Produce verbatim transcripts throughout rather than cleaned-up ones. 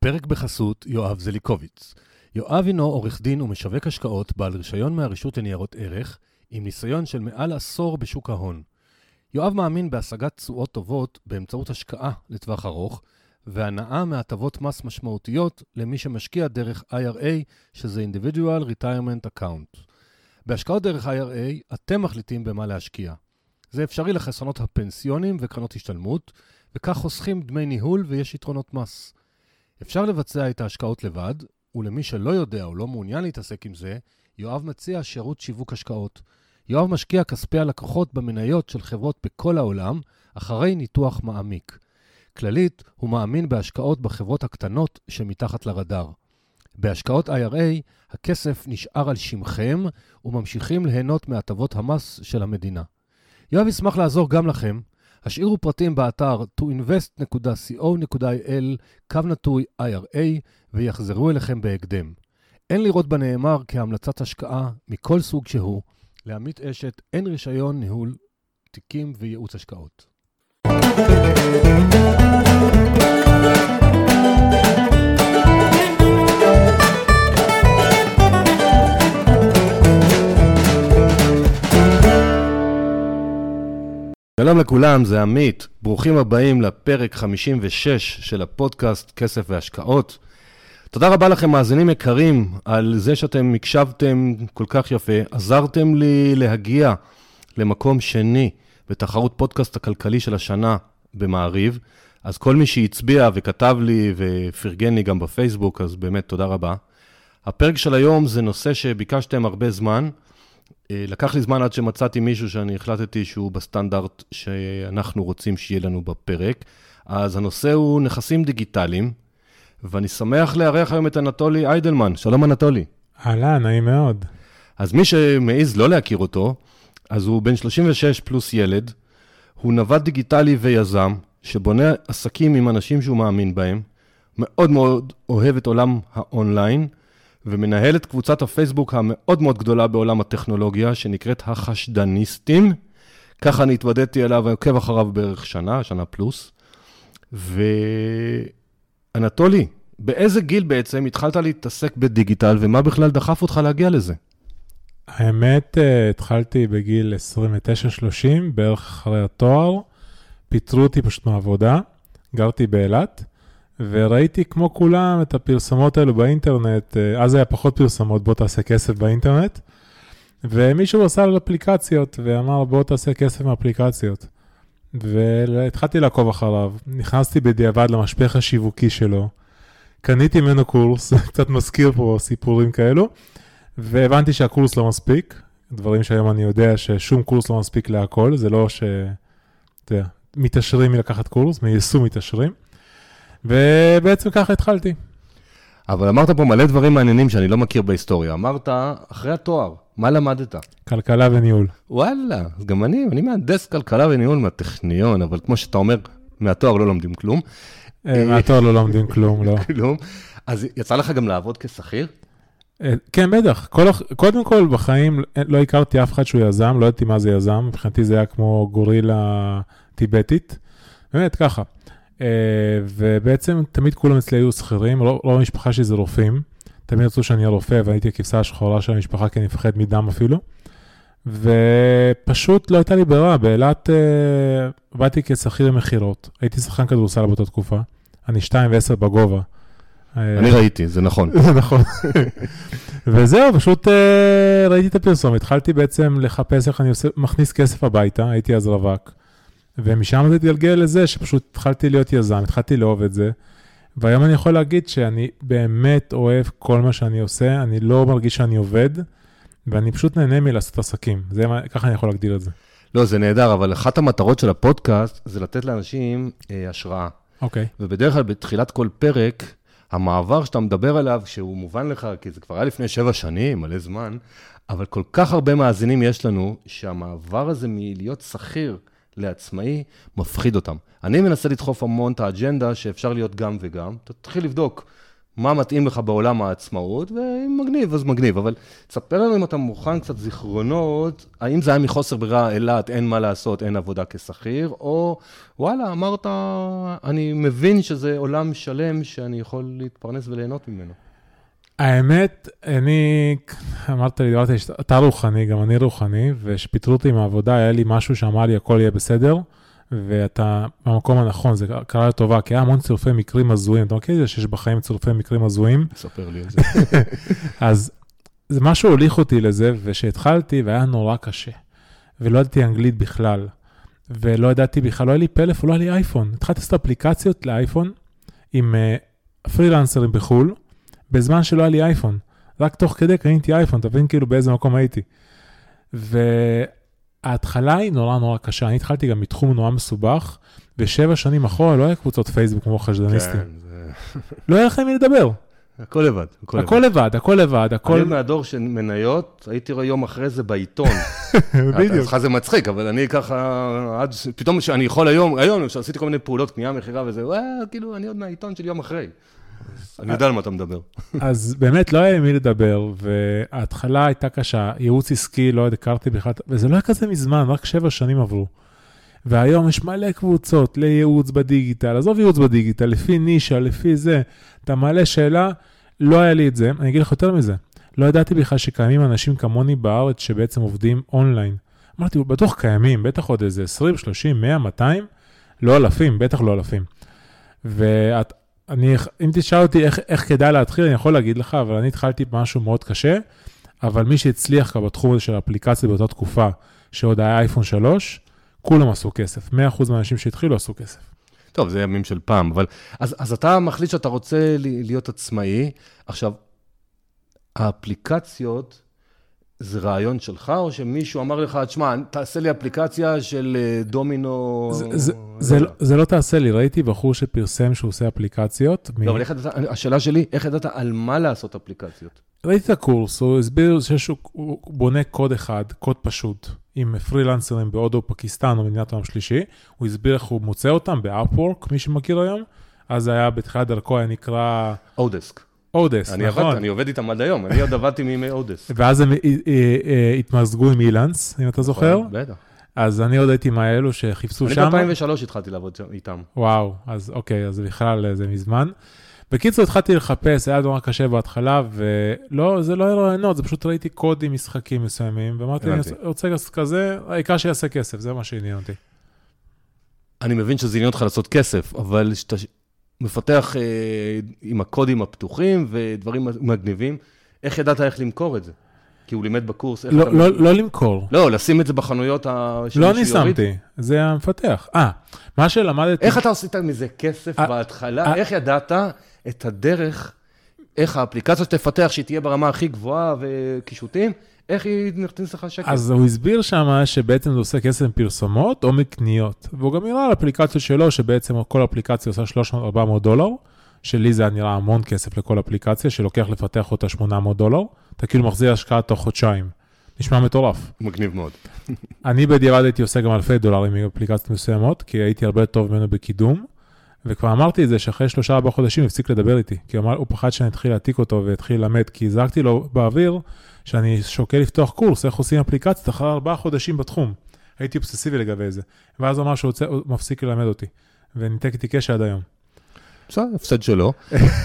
הפרק בחסות יואב זליקוביץ. יואב הינו עורך דין ומשווק השקעות בעל רישיון מהרשות לניירות ערך, עם ניסיון של מעל עשור בשוק ההון. יואב מאמין בהשגת תשואות טובות באמצעות השקעה לטווח ארוך, והנאה מהטבות מס משמעותיות למי שמשקיע דרך איי אר איי, שזה Individual Retirement Account. בהשקעות דרך איי אר איי אתם מחליטים במה להשקיע. זה אפשרי לחסכונות הפנסיונים וקרנות השתלמות, וכך חוסכים דמי ניהול ויש יתרונות מס. אפשר לבצע את ההשקעות לבד, ולמי שלא יודע או לא מעוניין להתעסק עם זה, יואב מציע שירות שיווק השקעות. יואב משקיע כספי הלקוחות במניות של חברות בכל העולם, אחרי ניתוח מעמיק. כללית, הוא מאמין בהשקעות בחברות הקטנות שמתחת לרדאר. בהשקעות איי אר איי, הכסף נשאר על שמכם, וממשיכים ליהנות מהטבות המס של המדינה. יואב ישמח לעזור גם לכם. השאירו פרטים באתר to invest dot co dot il קו נטוי איי אר איי ויחזרו אליכם בהקדם. אין לראות בנאמר כהמלצת השקעה מכל סוג שהוא. לעמית אשת אין רישיון ניהול תיקים וייעוץ השקעות. שלום לכולם, זה עמית. ברוכים הבאים לפרק חמישים ושש של הפודקאסט כסף והשקעות. תודה רבה לכם מאזינים יקרים על זה שאתם הקשבתם כל כך יפה. עזרתם לי להגיע למקום שני בתחרות פודקאסט הכלכלי של השנה במעריב. אז כל מי שהצביע וכתב לי ופרגן לי גם בפייסבוק, אז באמת תודה רבה. הפרק של היום זה נושא שביקשתם הרבה זמן. לקח לי זמן עד שמצאתי מישהו שאני החלטתי שהוא בסטנדרט שאנחנו רוצים שיהיה לנו בפרק. אז הנושא הוא נכסים דיגיטליים, ואני שמח לארח היום את אנטולי איידלמן. שלום אנטולי. אהלן, נעים מאוד. אז מי שמעיז לא להכיר אותו, אז הוא בן שלושים ושש פלוס ילד, הוא נווט דיגיטלי ויזם, שבונה עסקים עם אנשים שהוא מאמין בהם, מאוד מאוד אוהב את עולם האונליין, ומנהל את קבוצת הפייסבוק המאוד מאוד גדולה בעולם הטכנולוגיה, שנקראת החשדניסטים. ככה אני התוודעתי אליו ועוקב אחריו בערך שנה, שנה פלוס. ואנטולי, באיזה גיל בעצם התחלת להתעסק בדיגיטל, ומה בכלל דחף אותך להגיע לזה? האמת, התחלתי בגיל עשרים ותשע שלושים, בערך אחרי התואר. פיטרו אותי פשוט מהעבודה, גרתי באילת. וראיתי כמו כולם את הפרסומות האלו באינטרנט, אז היה פחות פרסומות, בוא תעשה כסף באינטרנט, ומישהו עשה על אפליקציות, ואמר בוא תעשה כסף מאפליקציות, והתחלתי לעקוב אחריו, נכנסתי בדיעבד למשפך השיווקי שלו, קניתי ממנו קורס, קצת מזכיר פה סיפורים כאלו, והבנתי שהקורס לא מספיק, דברים שהיום אני יודע ששום קורס לא מספיק להכל, זה לא ש... זה, מתאשרים מלקחת קורס, מיישום מתאשרים, ובעצם ככה התחלתי. אבל אמרת פה מלא דברים מעניינים שאני לא מכיר בהיסטוריה. אמרת, אחרי התואר, מה למדת? כלכלה וניהול. וואלה, אז גם אני, אני מהנדס כלכלה וניהול מהטכניון, אבל כמו שאתה אומר, מהתואר לא לומדים כלום. מהתואר לא לומדים כלום, לא. כלום. אז יצא לך גם לעבוד כשכיר? כן, בטח. קודם כל בחיים לא הכרתי אף אחד שהוא יזם, לא ידעתי מה זה יזם, מבחינתי זה היה כמו גורילה טיבטית. באמת, ככה. ובעצם תמיד כולם אצלי היו שכירים, לא במשפחה שזה רופאים, תמיד רצו שאני אהיה רופא, והייתי הכבשה השחורה של המשפחה, כי אני מפחד מדם אפילו, ופשוט לא הייתה לי ברירה, באילת עבדתי כשכיר למחירות, הייתי שחקן כדורסל באותה תקופה, אני שתיים ועשר בגובה. אני ראיתי, זה נכון. זה נכון. וזהו, פשוט ראיתי את הפרסום, התחלתי בעצם לחפש איך אני מכניס כסף הביתה, הייתי אז רווק, ומשם זה התגלגל לזה שפשוט התחלתי להיות יזם, התחלתי לאהוב את זה, והיום אני יכול להגיד שאני באמת אוהב כל מה שאני עושה, אני לא מרגיש שאני עובד, ואני פשוט נהנה מלעשות עסקים, זה, ככה אני יכול להגדיר את זה. לא, זה נהדר, אבל אחת המטרות של הפודקאסט זה לתת לאנשים אה, השראה. אוקיי. ובדרך כלל בתחילת כל פרק, המעבר שאתה מדבר עליו, שהוא מובן לך, כי זה כבר היה לפני שבע שנים, מלא זמן, אבל כל כך הרבה מאזינים יש לנו, שהמעבר הזה מלהיות שכיר, לעצמאי, מפחיד אותם. אני מנסה לדחוף המון את האג'נדה שאפשר להיות גם וגם. תתחיל לבדוק מה מתאים לך בעולם העצמאות, ואם מגניב, אז מגניב. אבל תספר לנו אם אתה מוכן קצת זיכרונות, האם זה היה מחוסר ברירה, אילת, אין מה לעשות, אין עבודה כשכיר, או וואלה, אמרת, אני מבין שזה עולם שלם שאני יכול להתפרנס וליהנות ממנו. האמת, אני, אמרת לי, אמרתי, אתה רוחני, גם אני רוחני, ושפיטרו אותי מהעבודה, היה לי משהו שאמר לי, הכל יהיה בסדר, ואתה במקום הנכון, זה קרה לטובה, כי היה המון צירופי מקרים הזויים, אתה מכיר את זה שיש בחיים צירופי מקרים הזויים? תספר לי על זה. אז זה משהו הוליך אותי לזה, ושהתחלתי, והיה נורא קשה, ולא ידעתי אנגלית בכלל, ולא ידעתי בכלל, לא היה לי פלאפון, לא היה לי אייפון, התחלתי לעשות אפליקציות לאייפון, עם uh, פרילנסרים בחול, בזמן שלא היה לי אייפון, רק תוך כדי קניתי אייפון, תבין כאילו באיזה מקום הייתי. וההתחלה היא נורא נורא קשה, אני התחלתי גם מתחום נורא מסובך, ושבע שנים אחורה לא היה קבוצות פייסבוק כמו חשדניסטים. כן, זה... לא היה לכם מי לדבר. הכל לבד. הכל לבד, הכל לבד. אני מהדור של מניות, הייתי רואה יום אחרי זה בעיתון. בדיוק. אז זה מצחיק, אבל אני ככה, עד פתאום שאני יכול היום, היום שעשיתי כל מיני פעולות, קנייה, מחירה וזה, כאילו אני עוד מהעיתון של יום אחרי. אני יודע על מה אתה מדבר. אז באמת לא היה מי לדבר, וההתחלה הייתה קשה, ייעוץ עסקי, לא יודע, הכרתי בכלל, וזה לא היה כזה מזמן, רק שבע שנים עברו. והיום יש מלא קבוצות לייעוץ בדיגיטל, עזוב ייעוץ בדיגיטל, לפי נישה, לפי זה, אתה מעלה שאלה, לא היה לי את זה, אני אגיד לך יותר מזה, לא ידעתי בכלל שקיימים אנשים כמוני בארץ שבעצם עובדים אונליין. אמרתי, בטוח קיימים, בטח עוד איזה עשרים, שלושים, מאה, מאתיים, לא אלפים, בטח לא אלפים. ואת אני, אם תשאל אותי איך, איך כדאי להתחיל, אני יכול להגיד לך, אבל אני התחלתי במשהו מאוד קשה, אבל מי שהצליח כבר בתחום הזה של האפליקציה באותה תקופה, שעוד היה אייפון שלוש, כולם עשו כסף. מאה אחוז מהאנשים שהתחילו עשו כסף. טוב, זה ימים של פעם, אבל אז, אז אתה מחליט שאתה רוצה להיות עצמאי. עכשיו, האפליקציות, זה רעיון שלך, או שמישהו אמר לך, תשמע, תעשה לי אפליקציה של דומינו... זה, זה, זה, לא, זה לא תעשה לי, ראיתי בחור שפרסם שהוא עושה אפליקציות. לא, מ... אבל איך ידעת, השאלה שלי, איך ידעת על מה לעשות אפליקציות? ראיתי את הקורס, הוא הסביר שהוא בונה קוד אחד, קוד פשוט, עם פרילנסרים בהודו, פקיסטן או מדינת העולם שלישי, הוא הסביר איך הוא מוצא אותם ב-Upwork, מי שמכיר היום, אז היה בתחילת דרכו, היה נקרא... אודסק. אודס, נכון. אני עובד איתם עד היום, אני עוד עבדתי מימי אודס. ואז הם התמזגו עם אילנס, אם אתה זוכר. בטח. אז אני עוד הייתי מהאלו שחיפשו שם. אני ב-אלפיים ושלוש התחלתי לעבוד איתם. וואו, אז אוקיי, אז בכלל זה מזמן. בקיצור, התחלתי לחפש, היה דבר קשה בהתחלה, ולא, זה לא היה רעיונות, זה פשוט ראיתי קודים, משחקים מסוימים, ואמרתי, אני רוצה כזה, העיקר שיעשה כסף, זה מה שעניין אותי. אני מבין שזה עניין אותך לעשות כסף, אבל שאתה מפתח אה, עם הקודים הפתוחים ודברים מגניבים, איך ידעת איך למכור את זה? כי הוא לימד בקורס. לא, לא, לא למכור. לא, לשים את זה בחנויות ה... לא אני שמתי, זה המפתח. אה, מה שלמדתי... איך אתה עשית מזה כסף בהתחלה? איך ידעת את הדרך, איך האפליקציה שתפתח, שהיא תהיה ברמה הכי גבוהה וקישוטים, איך היא נכנס לך שקל? אז הוא הסביר שם שבעצם זה עושה כסף מפרסומות או מקניות, והוא גם נראה על אפליקציות שלו, שבעצם כל אפליקציה עושה שלוש מאות עד ארבע מאות דולר, שלי זה נראה המון כסף לכל אפליקציה, שלוקח לפתח אותה שמונה מאות דולר, אתה כאילו מחזיר השקעה תוך חודשיים. נשמע מטורף. מגניב מאוד. אני בדיעבד הייתי עושה גם אלפי דולרים עם אפליקציות מסוימות, כי הייתי הרבה טוב ממנו בקידום, וכבר אמרתי את זה שאחרי שלושה ארבעה חודשים הפסיק לדבר איתי, כי הוא, הוא פחד שאני אתחיל להעתיק אותו והתחיל ללמד, כי זרקתי לו באוויר שאני שוקל לפתוח קורס, איך עושים אפליקציות אחרי ארבעה חודשים בתחום. הייתי אובססיבי לגבי זה. ואז הוא אמר שהוא רוצה, הוא מפסיק ללמד אותי, וניתק איתי קשר עד היום. בסדר, הפסד שלו.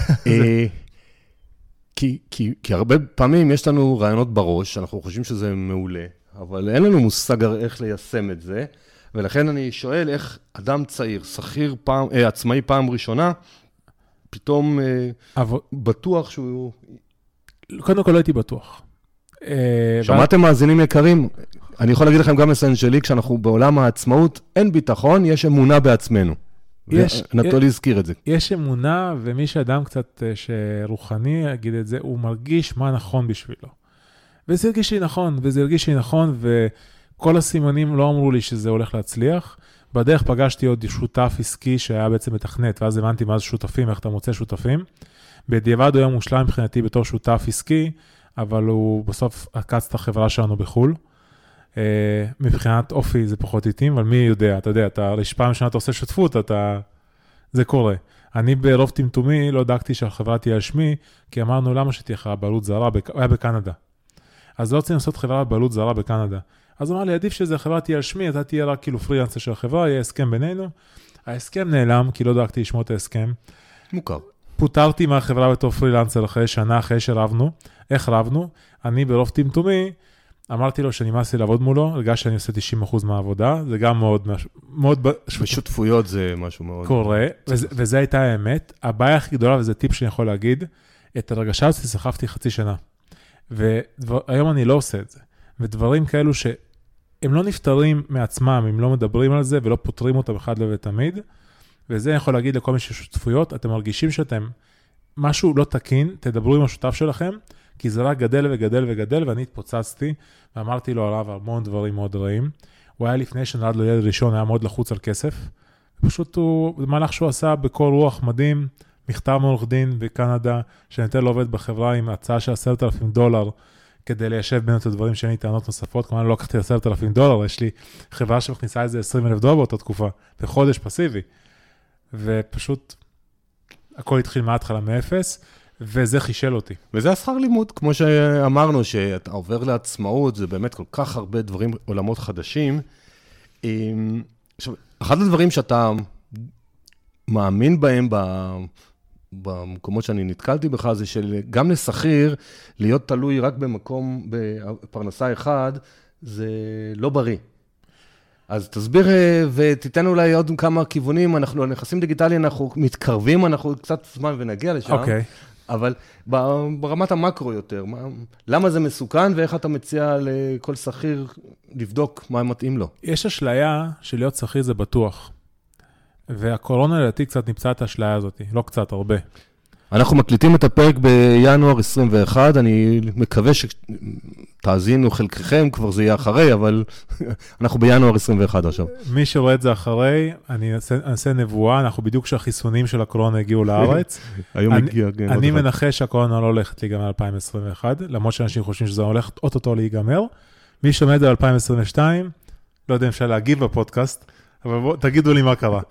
כי, כי, כי הרבה פעמים יש לנו רעיונות בראש, אנחנו חושבים שזה מעולה, אבל אין לנו מושג איך ליישם את זה, ולכן אני שואל איך אדם צעיר, שכיר פעם, אה, עצמאי פעם ראשונה, פתאום אה, אבל... בטוח שהוא... קודם כל לא הייתי בטוח. שמעתם מאזינים יקרים? אני יכול להגיד לכם גם לסן שלי, כשאנחנו בעולם העצמאות, אין ביטחון, יש אמונה בעצמנו. יש, נתולי הזכיר את זה. יש אמונה, ומי שאדם קצת שרוחני יגיד את זה, הוא מרגיש מה נכון בשבילו. וזה הרגיש לי נכון, וזה הרגיש לי נכון, וכל הסימנים לא אמרו לי שזה הולך להצליח. בדרך פגשתי עוד שותף עסקי שהיה בעצם מתכנת, ואז הבנתי מה זה שותפים, איך אתה מוצא שותפים. בדיעבד הוא היה מושלם מבחינתי בתור שותף עסקי, אבל הוא בסוף עקץ את החברה שלנו בחול. מבחינת אופי זה פחות איטים, אבל מי יודע, אתה יודע, אתה פעם שנה אתה עושה שותפות, אתה... זה קורה. אני ברוב טמטומי לא דאגתי שהחברה תהיה על שמי, כי אמרנו למה שתהיה חברה בעלות זרה, הוא היה בקנדה. אז לא רוצים לעשות חברה בעלות זרה בקנדה. אז אמר לי, עדיף שזה חברה תהיה על שמי, אתה תהיה רק כאילו פרילנסר של החברה, יהיה הסכם בינינו. ההסכם נעלם, כי לא דאגתי לשמוע את ההסכם. מוכר. פוטרתי מהחברה בתור פרילנסר אחרי שנה, אחרי שרבנו. איך רבנו? אני ברוב טמטומי, אמרתי לו שנמאס לי לעבוד מולו, הרגש שאני עושה תשעים אחוז מהעבודה, זה גם מאוד, מאוד... בשותפויות זה משהו מאוד... קורה, וזה הייתה האמת. הבעיה הכי גדולה, וזה טיפ שאני יכול להגיד, את הרגשה הזאת סחבתי חצי שנה. והיום אני לא עושה את זה. ודברים כאלו שהם לא נפטרים מעצמם, הם לא מדברים על זה, ולא פותרים אותם אחד ולתמיד. וזה אני יכול להגיד לכל מי ששותפויות, אתם מרגישים שאתם משהו לא תקין, תדברו עם השותף שלכם, כי זה רק גדל וגדל וגדל, ואני התפוצצתי, ואמרתי לו עליו המון דברים מאוד רעים. הוא היה לפני שנולד לו ילד ראשון, היה מאוד לחוץ על כסף. פשוט הוא, זה מהלך שהוא עשה בכל רוח מדהים, מכתב מעורך דין בקנדה, שניתן לו עובד בחברה עם הצעה של עשרת אלפים דולר, כדי ליישב בינו את הדברים שאין לי טענות נוספות. כלומר, לא לקחתי עשרת אלפים דולר, יש לי חברה שמכניסה איזה עשרים אלף דולר באותה תקופה, בחודש פסיבי. ופשוט, הכל התחיל מההתחלה מאפס, וזה חישל אותי. וזה השכר לימוד, כמו שאמרנו, שאתה עובר לעצמאות, זה באמת כל כך הרבה דברים, עולמות חדשים. עכשיו, אחד הדברים שאתה מאמין בהם במקומות שאני נתקלתי בך, זה שגם לשכיר, להיות תלוי רק במקום, בפרנסה אחד, זה לא בריא. אז תסביר ותיתן אולי עוד כמה כיוונים, אנחנו נכסים דיגיטליים, אנחנו מתקרבים, אנחנו קצת זמן ונגיע לשם. אוקיי. אבל ברמת המקרו יותר, למה זה מסוכן ואיך אתה מציע לכל שכיר לבדוק מה מתאים לו? יש אשליה שלהיות שכיר זה בטוח. והקורונה לדעתי קצת נמצא את האשליה הזאת, לא קצת, הרבה. אנחנו מקליטים את הפרק בינואר עשרים ואחת, אני מקווה שתאזינו חלקכם, כבר זה יהיה אחרי, אבל אנחנו בינואר עשרים ואחת עכשיו. מי שרואה את זה אחרי, אני אעשה נבואה, אנחנו בדיוק כשהחיסונים של הקורונה הגיעו לארץ. היום הגיע. אני מנחש שהקורונה לא הולכת להיגמר אלפיים עשרים ואחת, למרות שאנשים חושבים שזה הולך אוטוטו להיגמר. מי שומע את זה ב-אלפיים עשרים ושתיים, לא יודע אם אפשר להגיב בפודקאסט, אבל בואו תגידו לי מה קרה.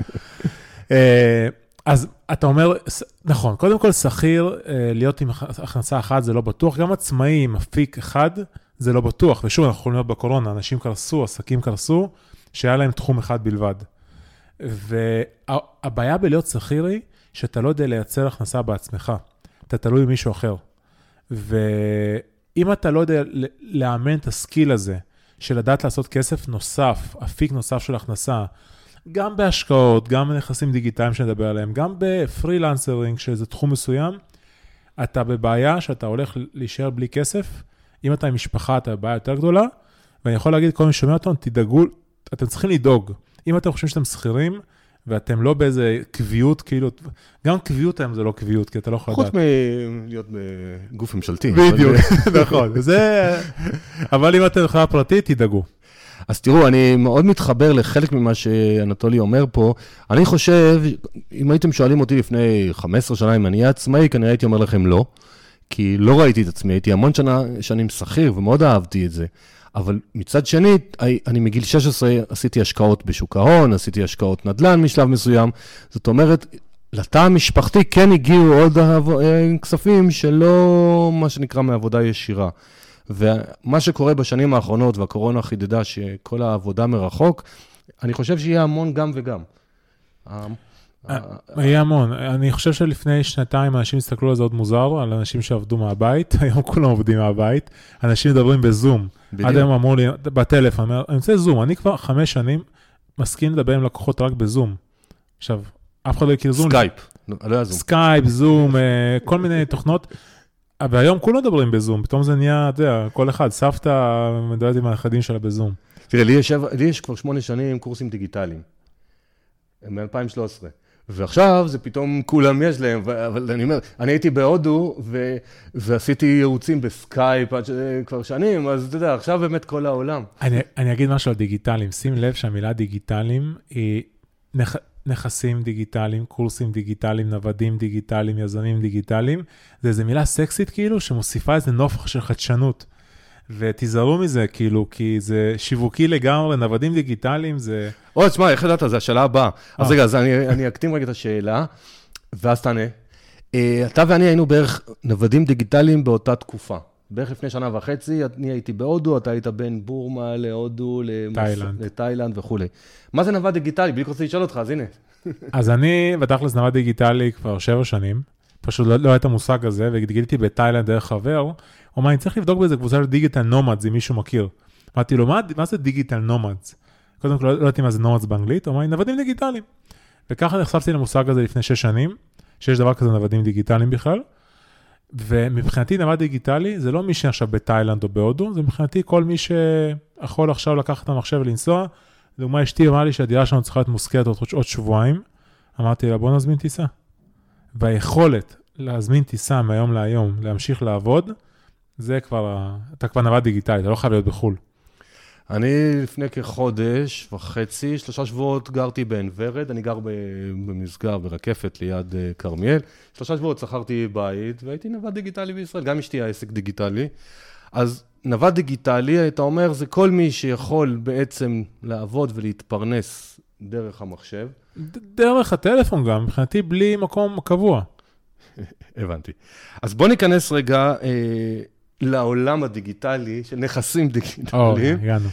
אז אתה אומר, נכון, קודם כל שכיר, להיות עם הכנסה אחת זה לא בטוח, גם עצמאי עם אפיק אחד זה לא בטוח, ושוב אנחנו יכולים להיות בקורונה, אנשים קרסו, עסקים קרסו, שהיה להם תחום אחד בלבד. והבעיה בלהיות שכיר היא, שאתה לא יודע לייצר הכנסה בעצמך, אתה תלוי במישהו אחר. ואם אתה לא יודע לאמן את הסקיל הזה, של לדעת לעשות כסף נוסף, אפיק נוסף של הכנסה, גם בהשקעות, גם בנכסים דיגיטליים שנדבר עליהם, גם בפרילנסרינג, שזה תחום מסוים, אתה בבעיה שאתה הולך להישאר בלי כסף, אם אתה עם משפחה, אתה בבעיה יותר גדולה, ואני יכול להגיד, כל מי שומע אותם, תדאגו, אתם צריכים לדאוג. אם אתם חושבים שאתם שכירים, ואתם לא באיזה קביעות, כאילו, גם קביעות היום זה לא קביעות, כי אתה לא יכול לדעת. חוץ מלהיות בגוף ממשלתי. בדיוק, נכון. אבל אם אתם חברה פרטית, תדאגו. אז תראו, אני מאוד מתחבר לחלק ממה שאנטולי אומר פה. אני חושב, אם הייתם שואלים אותי לפני חמש עשרה שנה, אם אני אהיה עצמאי, כנראה הייתי אומר לכם לא, כי לא ראיתי את עצמי, הייתי המון שנה, שנים שכיר, ומאוד אהבתי את זה. אבל מצד שני, אני מגיל שש עשרה עשיתי השקעות בשוק ההון, עשיתי השקעות נדל"ן משלב מסוים. זאת אומרת, לתא המשפחתי כן הגיעו עוד כספים שלא מה שנקרא מעבודה ישירה. ומה שקורה בשנים האחרונות, והקורונה חידדה שכל העבודה מרחוק, אני חושב שיהיה המון גם וגם. יהיה המון. אני חושב שלפני שנתיים אנשים הסתכלו על זה עוד מוזר, על אנשים שעבדו מהבית, היום כולם עובדים מהבית, אנשים מדברים בזום. עד היום אמרו לי, בטלפון, אני רוצה זום, אני כבר חמש שנים מסכים לדבר עם לקוחות רק בזום. עכשיו, אף אחד לא יכיר זום. סקייפ, לא היה זום. סקייפ, זום, כל מיני תוכנות. והיום כולם מדברים בזום, פתאום זה נהיה, אתה יודע, כל אחד, סבתא מדברת עם האחדים שלה בזום. תראה, לי יש, לי יש כבר שמונה שנים קורסים דיגיטליים, מ-אלפיים ושלוש עשרה, ועכשיו זה פתאום כולם יש להם, אבל אני אומר, אני הייתי בהודו, ו, ועשיתי ייעוצים בסקייפ כבר שנים, אז אתה יודע, עכשיו באמת כל העולם. אני, אני אגיד משהו על דיגיטליים, שים לב שהמילה דיגיטליים היא נח... נכסים דיגיטליים, קורסים דיגיטליים, נוודים דיגיטליים, יזמים דיגיטליים. זה איזו מילה סקסית כאילו, שמוסיפה איזה נופח של חדשנות. ותיזהרו מזה כאילו, כי זה שיווקי לגמרי, נוודים דיגיטליים זה... או, תשמע, איך ידעת? זה השאלה הבאה. אז רגע, אז אני, אני אקטים רגע את השאלה. ואז תענה. אתה ואני היינו בערך נוודים דיגיטליים באותה תקופה. בערך לפני שנה וחצי, אני הייתי בהודו, אתה היית בין בורמה להודו, תאילנד. לתאילנד וכו'. מה זה נווד דיגיטלי? בלי רוצה לשאול אותך, אז הנה. אז אני בתכלס נווד דיגיטלי כבר שבע שנים, פשוט לא, לא הייתה מושג הזה, וגיליתי בתאילנד דרך חבר, הוא אומר, אני צריך לבדוק באיזה קבוצה של דיגיטל נומדס, אם מישהו מכיר. אמרתי לו, מה, מה זה דיגיטל נומדס? קודם כל, לא, לא יודעתי מה זה נומדס באנגלית, הוא אומר, נוודים דיגיטליים. וככה נחשפתי למושג הזה לפני שש שנים, שיש דבר כזה נוודים דיגיטליים בכלל, ומבחינתי נווד דיגיטלי, זה לא מי שעכשיו בתאילנד או בהודו, זה מבחינתי כל מי שיכול עכשיו לקחת את המחשב ולנסוע. לדוגמה, אשתי אמרה לי שהדירה שלנו צריכה להיות מושכרת עוד, עוד שבועיים, אמרתי לה, בוא נזמין טיסה. והיכולת להזמין טיסה מהיום להיום, להמשיך לעבוד, זה כבר, אתה כבר נווד דיגיטלי, אתה לא חייב להיות בחול. אני לפני כחודש וחצי, שלושה שבועות גרתי בעין ורד, אני גר במסגר ברקפת ליד קרמיאל, שלושה שבועות שכרתי בית והייתי נווד דיגיטלי בישראל, גם אשתי העסק דיגיטלי. אז נווד דיגיטלי, אתה אומר, זה כל מי שיכול בעצם לעבוד ולהתפרנס דרך המחשב. דרך הטלפון גם, מבחינתי בלי מקום קבוע. הבנתי. אז בוא ניכנס רגע אה, לעולם הדיגיטלי של נכסים דיגיטליים. או, הגענו.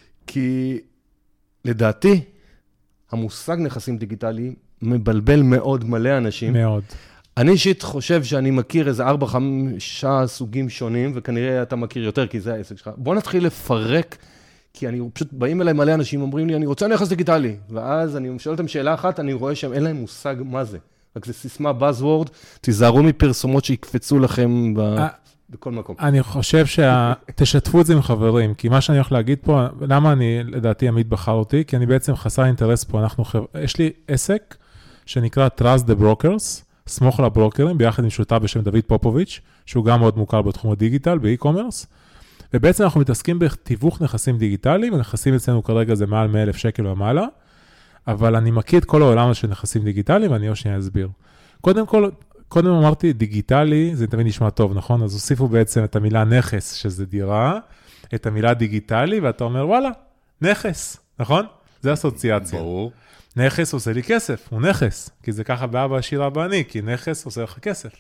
כי לדעתי, המושג נכסים דיגיטליים מבלבל מאוד מלא אנשים. מאוד. אני אישית חושב שאני מכיר איזה ארבע, חמישה סוגים שונים, וכנראה אתה מכיר יותר, כי זה העסק שלך. בוא נתחיל לפרק, כי אני פשוט, באים אליי מלא אנשים, אומרים לי, אני רוצה נכס דיגיטלי. ואז אני שואל אותם שאלה אחת, אני רואה שהם אין להם מושג מה זה. רק זה סיסמה buzzword, תיזהרו מפרסומות שיקפצו לכם ב... בכל מקום. אני חושב שתשתפו את זה עם חברים, כי מה שאני הולך להגיד פה, למה אני, לדעתי, עמית בחר אותי? כי אני בעצם חסר אינטרס פה. אנחנו, יש לי עסק שנקרא Trust the Brokers, סמוך לברוקרים, ביחד עם שותף בשם דוד פופוביץ', שהוא גם מאוד מוכר בתחום הדיגיטל, באי-קומרס, ובעצם אנחנו מתעסקים בתיווך נכסים דיגיטליים, ונכסים אצלנו כרגע זה מעל מאה אלף שקל ומעלה, אבל אני מכיר את כל העולם של נכסים דיגיטליים, ואני עוד שנייה אסביר. קודם כל, קודם אמרתי, דיגיטלי, זה תמיד נשמע טוב, נכון? אז הוסיפו בעצם את המילה נכס, שזה דירה, את המילה דיגיטלי, ואתה אומר, וואלה, נכס, נכון? זה אסוציאציה. ברור. נכס עושה לי כסף, הוא נכס, כי זה ככה באבא עשירה בעני, כי נכס עושה לך כסף.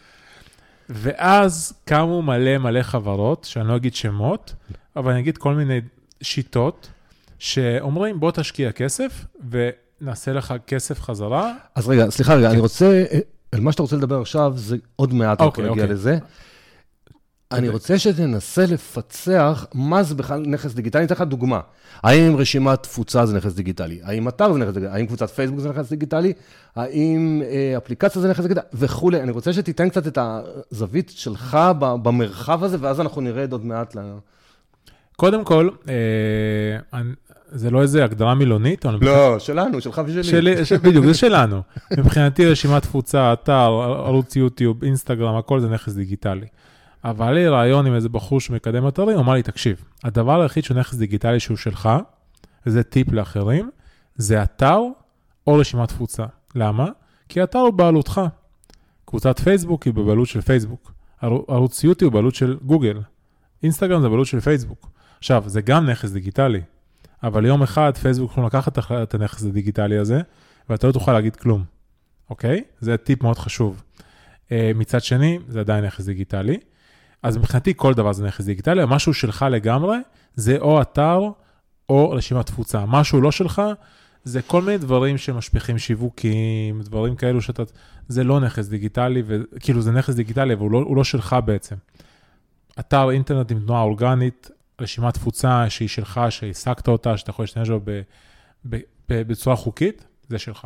ואז קמו מלא מלא חברות, שאני לא אגיד שמות, אבל אני אגיד כל מיני שיטות, שאומרים בוא תשקיע כסף, ונעשה לך כסף חזרה. אז רגע, סליחה רגע, אני רוצה, על מה שאתה רוצה לדבר עכשיו, זה עוד מעט אנחנו נגיע לזה. אני רוצה שתנסה לפצח מה זה בכלל נכס דיגיטלי. אני אתן לך דוגמה. האם רשימת תפוצה זה נכס דיגיטלי? האם אתר זה נכס דיגיטלי? האם קבוצת פייסבוק זה נכס דיגיטלי? האם אה, אפליקציה זה נכס דיגיטלי? וכו'. אני רוצה שתיתן קצת את הזווית שלך במרחב הזה, ואז אנחנו נרד עוד מעט ל... קודם כל, אה, זה לא איזה הגדרה מילונית? לא, שלנו, שלך ושלי. שלי, ש... בדיוק, זה שלנו. מבחינתי רשימת תפוצה, אתר, ערוץ יוטיוב, אינסטגרם, הכל זה נכס דיגיטלי. אבל לי רעיון עם איזה בחור שמקדם אתרים, הוא אמר לי, תקשיב, הדבר היחיד שהוא נכס דיגיטלי שהוא שלך, וזה טיפ לאחרים, זה אתר או רשימת תפוצה. למה? כי אתר הוא בעלותך. קבוצת פייסבוק היא בבעלות של פייסבוק. ערוץ יוטיוב הוא בעלות של גוגל. אינסטגרם זה בעלות של פייסבוק. עכשיו, זה גם נכס דיגיטלי, אבל יום אחד פייסבוק יכולים לקחת את הנכס הדיגיטלי הזה, ואתה לא תוכל להגיד כלום. אוקיי? זה טיפ מאוד חשוב. מצד שני, זה עדיין נכס דיגיטלי. אז מבחינתי כל דבר זה נכס דיגיטלי, משהו שלך לגמרי, זה או אתר או רשימת תפוצה. משהו לא שלך, זה כל מיני דברים שמשפיכים שיווקים, דברים כאלו שאתה, זה לא נכס דיגיטלי, וכאילו זה נכס דיגיטלי, אבל הוא לא, הוא לא שלך בעצם. אתר אינטרנט עם תנועה אורגנית, רשימת תפוצה שהיא שלך, שהעסקת אותה, שאתה יכול להשתמש בה ב, ב, ב, בצורה חוקית, זה שלך.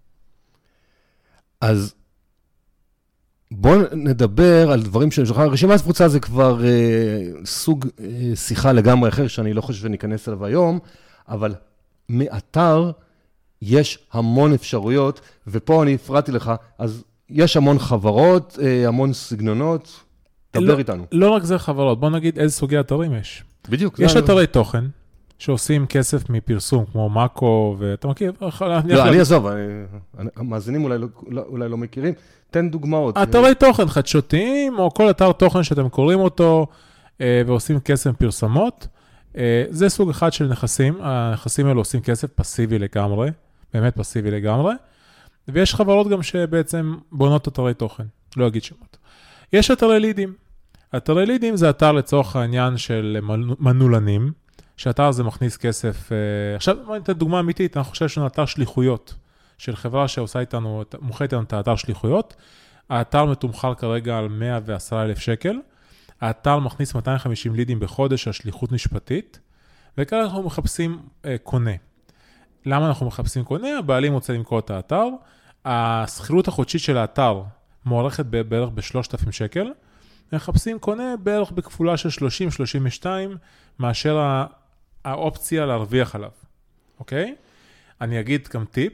אז בוא נדבר על דברים שלך. רשימת תפוצה זה כבר אה, סוג אה, שיחה לגמרי אחר, שאני לא חושב שניכנס אליו היום, אבל מאתר יש המון אפשרויות, ופה אני הפרעתי לך, אז יש המון חברות, אה, המון סגנונות, דבר לא, איתנו. לא רק זה חברות, בוא נגיד איזה סוגי אתרים יש. בדיוק. יש אתרי תוכן שעושים כסף מפרסום, כמו מאקו, ואתה מכיר? לא, אני אעזוב, המאזינים אולי לא, אולי לא מכירים. תן דוגמאות. אתרי תוכן חדשותיים, או כל אתר תוכן שאתם קוראים אותו, ועושים כסף פרסומות. זה סוג אחד של נכסים. הנכסים האלו עושים כסף פסיבי לגמרי, באמת פסיבי לגמרי. ויש חברות גם שבעצם בונות אתרי תוכן, לא אגיד שמות. יש אתרי לידים. אתרי לידים זה אתר לצורך העניין של מנולנים, שאתר הזה מכניס כסף, עכשיו בוא ניתן דוגמה אמיתית, אנחנו חושב שיש לנו אתר שליחויות, של חברה שעושה איתנו, מוכרת איתנו את האתר שליחויות, האתר מתומחר כרגע על מאה ועשרה אלף שקל, האתר מכניס מאתיים וחמישים לידים בחודש על שליחות משפטית, וכאן אנחנו מחפשים אה, קונה. למה אנחנו מחפשים קונה? הבעלים רוצה למכור את האתר, השכירות החודשית של האתר מוערכת בערך ב-שלושת אלפים שקל, מחפשים קונה בערך בכפולה של שלושים שלושים ושתיים, מאשר האופציה להרוויח עליו, אוקיי? אני אגיד גם טיפ,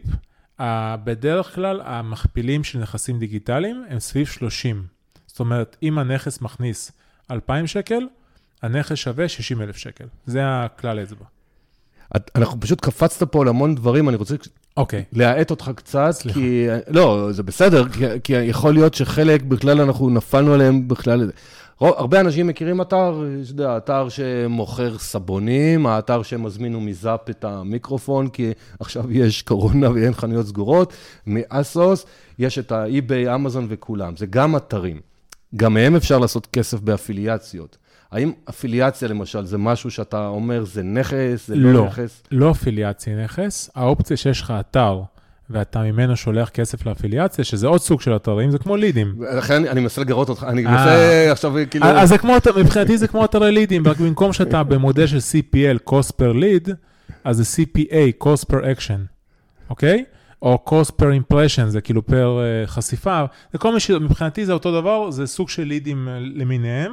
בדרך כלל המכפילים של נכסים דיגיטליים הם סביב שלושים. זאת אומרת, אם הנכס מכניס אלפיים שקל, הנכס שווה שישים אלף שקל. זה הכלל אצבע. אנחנו פשוט קפצת פה על המון דברים, אני רוצה אוקיי. להעט אותך קצת, כי, לא, זה בסדר, כי, כי יכול להיות שחלק בכלל אנחנו נפלנו עליהם בכלל. הרבה אנשים מכירים אתר, יודע, אתר שמוכר סבונים, האתר שמזמינו מזאפ את המיקרופון, כי עכשיו יש קורונה ואין חנויות סגורות, מאסוס, יש את האי-ביי, אמזון וכולם. זה גם אתרים. גם מהם אפשר לעשות כסף באפיליאציות. האם אפיליאציה למשל זה משהו שאתה אומר זה נכס, זה לא, לא נכס? לא אפיליאציה נכס, האופציה שיש לך אתר, ואתה ממנו שולח כסף לאפיליאציה, שזה עוד סוג של אתרים, זה כמו לידים. לכן אני, אני מנסה לגרות אותך, אני מנסה עכשיו כאילו... אז זה כמו, מבחינתי זה כמו אתרי לידים, רק במקום שאתה במודל של סי פי אל, cost per lead, אז זה סי פי איי, cost per action, אוקיי? או cost per impression, זה כאילו פר uh, חשיפה, זה כל משהו, מבחינתי זה אותו דבר, זה סוג של לידים למיניהם,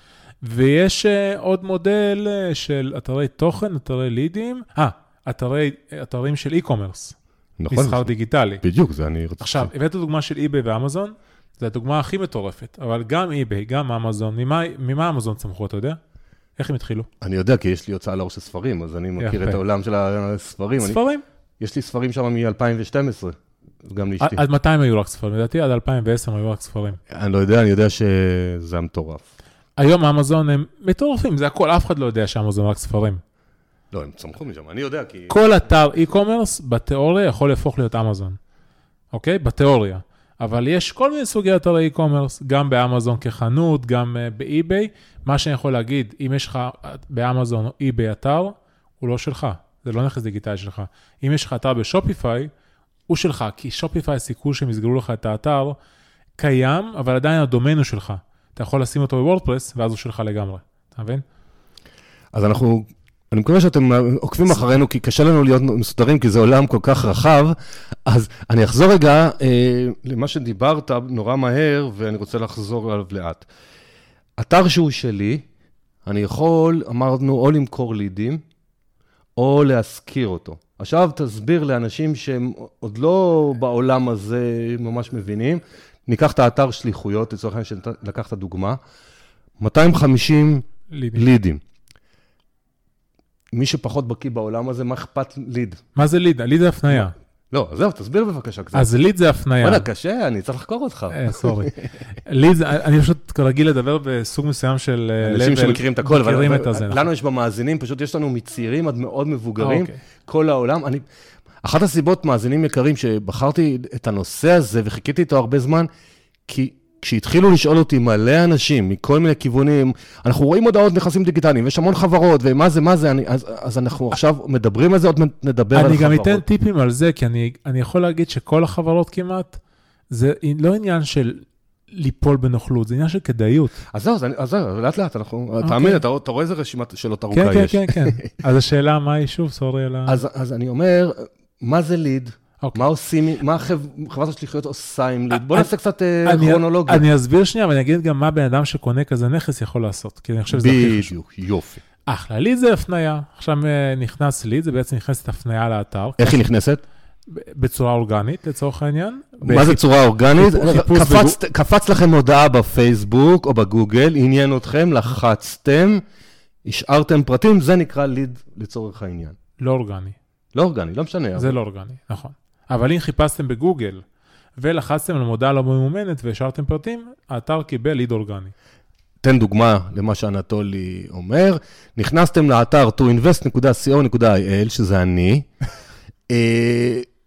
ויש uh, עוד מודל uh, של אתרי תוכן, אתרי לידים, אה, אתרי, אתרים של e-commerce. נכון. מסחר דיגיטלי. בדיוק, זה אני רוצה... עכשיו, הבאת דוגמה של eBay ואמזון, זו הדוגמה הכי מטורפת, אבל גם eBay, גם אמזון, ממה, ממה אמזון צמחו, אתה יודע? איך הם התחילו? אני יודע, כי יש לי הוצאה לאור של ספרים, אז אני מכיר יפה. את העולם של הספרים. ספרים? אני, יש לי ספרים שם מ-אלפיים ושתים עשרה, גם לאשתי. עד מתי הם היו רק ספרים? לדעתי, עד אלפיים ועשר הם היו רק ספרים. אני לא יודע, אני יודע שזה מטורף. היום אמזון הם מטורפים, זה הכל, אף אחד לא יודע שאמזון רק ספרים. לא, הם צמחו משם, אני יודע כי... כל אתר e-commerce בתיאוריה יכול להפוך להיות אמזון, אוקיי? בתיאוריה. אבל יש כל מיני סוגי אתרי e-commerce, גם באמזון כחנות, גם ב-eBay. מה שאני יכול להגיד, אם יש לך באמזון או eBay אתר, הוא לא שלך, זה לא נכס דיגיטלי שלך. אם יש לך אתר בשופיפיי, הוא שלך, כי שופיפיי סיכוי שהם יסגרו לך את האתר, קיים, אבל עדיין הדומיין הוא שלך. אתה יכול לשים אותו בוורדפרס, ואז הוא שלך לגמרי. אתה מבין? אז אנחנו... אני מקווה שאתם עוקבים אחרינו, כי קשה לנו להיות מסודרים, כי זה עולם כל כך רחב. אז אני אחזור רגע אה, למה שדיברת נורא מהר, ואני רוצה לחזור עליו לאט. אתר שהוא שלי, אני יכול, אמרנו, או למכור לידים, או להשכיר אותו. עכשיו תסביר לאנשים שהם עוד לא בעולם הזה ממש מבינים, ניקח את האתר שליחויות, לצורך העניין שלקחת דוגמה, מאתיים וחמישים לידים. לידים. מי שפחות בקיא בעולם הזה, מה אכפת ליד? מה זה ליד? ליד זה הפניה. לא, זהו, תסביר בבקשה קצת. אז ליד זה הפניה. וואלה, קשה, אני צריך לחקור אותך. אה, סורי. ליד, אני פשוט כרגיל לדבר בסוג מסוים של... אנשים שמכירים את הכל, לנו יש במאזינים, פשוט יש לנו מצעירים עד מאוד מבוגרים, כל העולם. אחת הסיבות, מאזינים יקרים, שבחרתי את הנושא הזה וחיכיתי איתו הרבה זמן, כי... כשהתחילו לשאול אותי מלא אנשים, מכל מיני כיוונים, אנחנו רואים הודעות נכסים דיגיטליים, יש המון חברות, ומה זה, מה זה, אני, אז, אז אנחנו עכשיו מדברים על זה, עוד נדבר על חברות. חברות. אני גם אתן טיפים על זה, כי אני, אני יכול להגיד שכל החברות כמעט, זה לא עניין של ליפול בנוכלות, זה עניין של כדאיות. אז זהו, אז זהו, לאט לאט, אנחנו, תאמין, אתה, אתה רואה איזה רשימת שאלות ארוכה כן, יש. כן, כן, כן. אז השאלה, מה היא שוב, סורי, על ה... אז, אז אני אומר, מה זה ליד? מה עושים, מה חברת השליחויות עושה עם ליד? בוא נעשה קצת כרונולוגיה. אני אסביר שנייה, ואני אגיד גם מה בן אדם שקונה כזה נכס יכול לעשות, כי אני חושב שזה הכי חשוב. בדיוק, יופי. אחלה, ליד זה הפניה. עכשיו נכנס ליד, זה בעצם נכנסת הפניה לאתר. איך היא נכנסת? בצורה אורגנית, לצורך העניין. מה זה צורה אורגנית? קפץ לכם הודעה בפייסבוק או בגוגל, עניין אתכם, לחצתם, השארתם פרטים, זה נקרא ליד לצורך העניין. לא אורגני. לא אורגני, לא משנה. זה לא אורגני, נכון. אבל אם חיפשתם בגוגל ולחצתם על מודעה לא ממומנת והשארתם פרטים, האתר קיבל ליד אורגני. תן דוגמה למה שאנטולי אומר. נכנסתם לאתר to invest dot co dot il, שזה אני.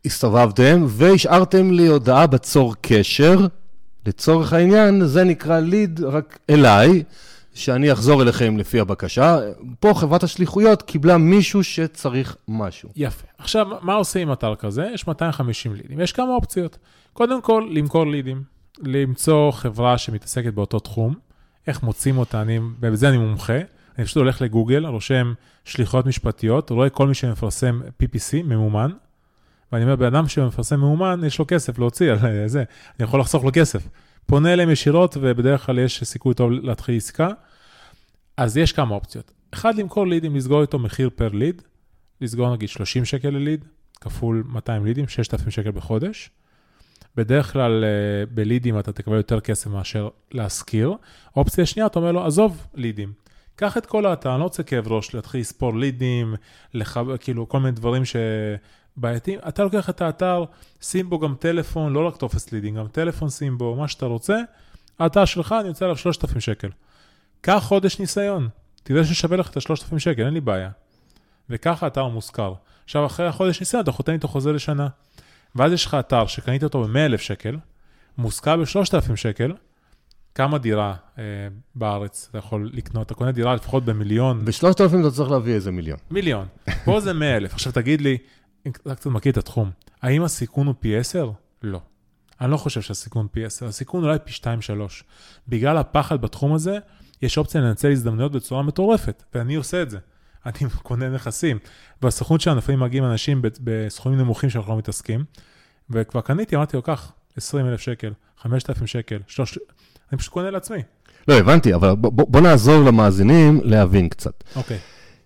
הסתובבתם והשארתם לי הודעה בצור קשר, לצורך העניין זה נקרא ליד רק אליי, שאני אחזור אליכם לפי הבקשה. פה חברת השליחויות קיבלה מישהו שצריך משהו. יפה. עכשיו, מה עושה עם אתר כזה? יש מאתיים וחמישים לידים. יש כמה אופציות. קודם כל, למכור לידים. למצוא חברה שמתעסקת באותו תחום. איך מוצאים אותה? אני, בזה אני מומחה. אני פשוט הולך לגוגל, רושם שליחויות משפטיות, רואה כל מי שמפרסם פי פי סי, ממומן. ואני אומר, באדם שמפרסם ממומן, יש לו כסף להוציא על זה. אני יכול לחסוך לו כסף. פונה אליהם ישירות, ובדרך כלל יש סיכוי טוב להתחיל עסקה. אז יש כמה אופציות. אחד, למכור לידים, לסגור איתו מחיר פר ליד, לסגור נגיד שלושים שקל לליד, כפול מאתיים לידים, שישת אלפים שקל בחודש. בדרך כלל בלידים אתה תקבל יותר כסף מאשר להשכיר. אופציה שנייה, אתה אומר לו, עזוב לידים. קח את כל האתר, אני לא רוצה כאב ראש, להתחיל לספור לידים, לחב... כאילו כל מיני דברים שבעייתיים. אתה לוקח את האתר, שים בו גם טלפון, לא רק טופס לידים, גם טלפון שים בו, מה שאתה רוצה. האתר שלך, אני יוצא עליו שלושת אלפים שקל. קח חודש ניסיון, תראה ששווה לך את ה-שלושת אלפים שקל, אין לי בעיה. וככה האתר מוזכר. עכשיו, אחרי החודש ניסיון, אתה חותם איתו חוזה לשנה. ואז יש לך אתר שקנית אותו ב-מאה אלף שקל, מוזכר ב-שלושת אלפים שקל, כמה דירה אה, בארץ אתה יכול לקנות, אתה קונה דירה לפחות במיליון. ב-שלושת אלפים אתה צריך להביא איזה מיליון. מיליון. פה זה מאה אלף. עכשיו תגיד לי, אם אתה קצת מכיר את התחום, האם הסיכון הוא פי עשר? לא. אני לא חושב שהסיכון פי עשר. הסיכון אולי פי שתיים שלוש. בגלל הפחד בתחום הזה, יש אופציה לנצל הזדמנויות בצורה מטורפת, ואני עושה את זה. אני קונה נכסים. בסוכנות שלנו לפעמים מגיעים אנשים בסכומים נמוכים שאנחנו לא מתעסקים, וכבר קניתי, אמרתי לו, כך, עשרים אלף שקל, חמשת אלפים שקל, שלוש... אני פשוט קונה לעצמי. לא, הבנתי, אבל בוא, בוא נעזור למאזינים להבין קצת. אוקיי.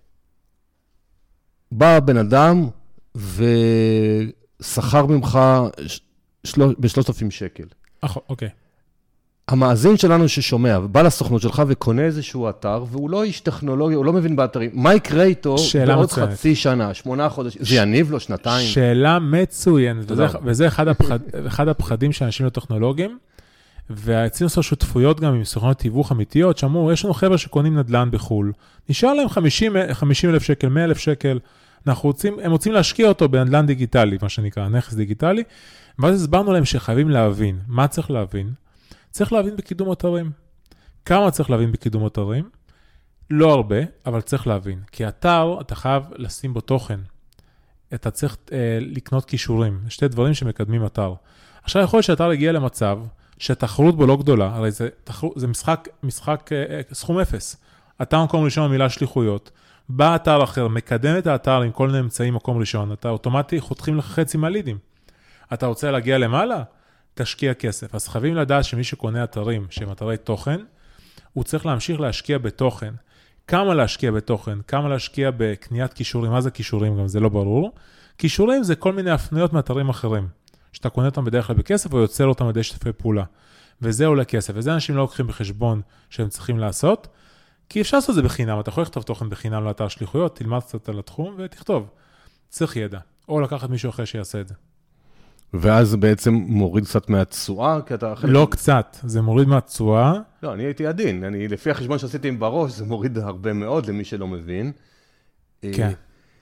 בא בן אדם ושכר ממך של... ב-שלושת אלפים שקל. אוקיי. המאזין שלנו ששומע, בא לסוכנות שלך וקונה איזשהו אתר, והוא לא איש טכנולוגיה, הוא לא מבין באתרים. מה יקרה איתו בעוד מצוינת. חצי שנה, שמונה חודשים? זה יניב לו שנתיים? שאלה מצוינת, וזה, וזה אחד, הפחד, אחד הפחדים של אנשים לטכנולוגים, והצינו לעשות שותפויות גם עם סוכנות תיווך אמיתיות, שאמרו, יש לנו חבר'ה שקונים נדל"ן בחול, נשאר להם חמישים אלף שקל, מאה אלף שקל, אנחנו רוצים, הם רוצים להשקיע אותו בנדל"ן דיגיטלי, מה שנקרא, נכס דיגיטלי, ואז הסברנו להם שחייבים להבין. מה צריך להבין? צריך להבין בקידום אתרים. כמה צריך להבין בקידום אתרים? לא הרבה, אבל צריך להבין. כי אתר, אתה חייב לשים בו תוכן. אתה צריך אה, לקנות קישורים. שתי דברים שמקדמים אתר. עכשיו יכול להיות שאתר יגיע למצב שהתחרות בו לא גדולה. הרי זה, תחרות, זה משחק, משחק אה, סכום אפס. אתר מקום ראשון במילה שליחויות. בא אתר אחר, מקדם את האתר עם כל מיני אמצעים מקום ראשון. אתה אוטומטי חותכים לך חצי מהלידים. אתה רוצה להגיע למעלה? תשקיע כסף. אז חייבים לדעת שמי שקונה אתרים, שהם אתרי תוכן, הוא צריך להמשיך להשקיע בתוכן. כמה להשקיע בתוכן? כמה להשקיע בקניית קישורים? מה זה קישורים? גם זה לא ברור. קישורים זה כל מיני הפניות מאתרים אחרים, שאתה קונה אותם בדרך כלל בכסף, או יוצר אותם על ידי שתפי פעולה. וזה עולה כסף. וזה אנשים לא לוקחים בחשבון שהם צריכים לעשות, כי אפשר לעשות זה בחינם. אתה יכול לכתוב תוכן בחינם לאתר שליחויות, תלמד קצת על התחום ותכתוב. צריך ידע. או לקחת מישהו אחר שיעשה את זה. ואז בעצם מוריד קצת מהתשואה, כי אתה... לא קצת, זה מוריד מהתשואה. לא, אני הייתי עדין, אני, לפי החשבון שעשיתי בראש, זה מוריד הרבה מאוד למי שלא מבין. כן.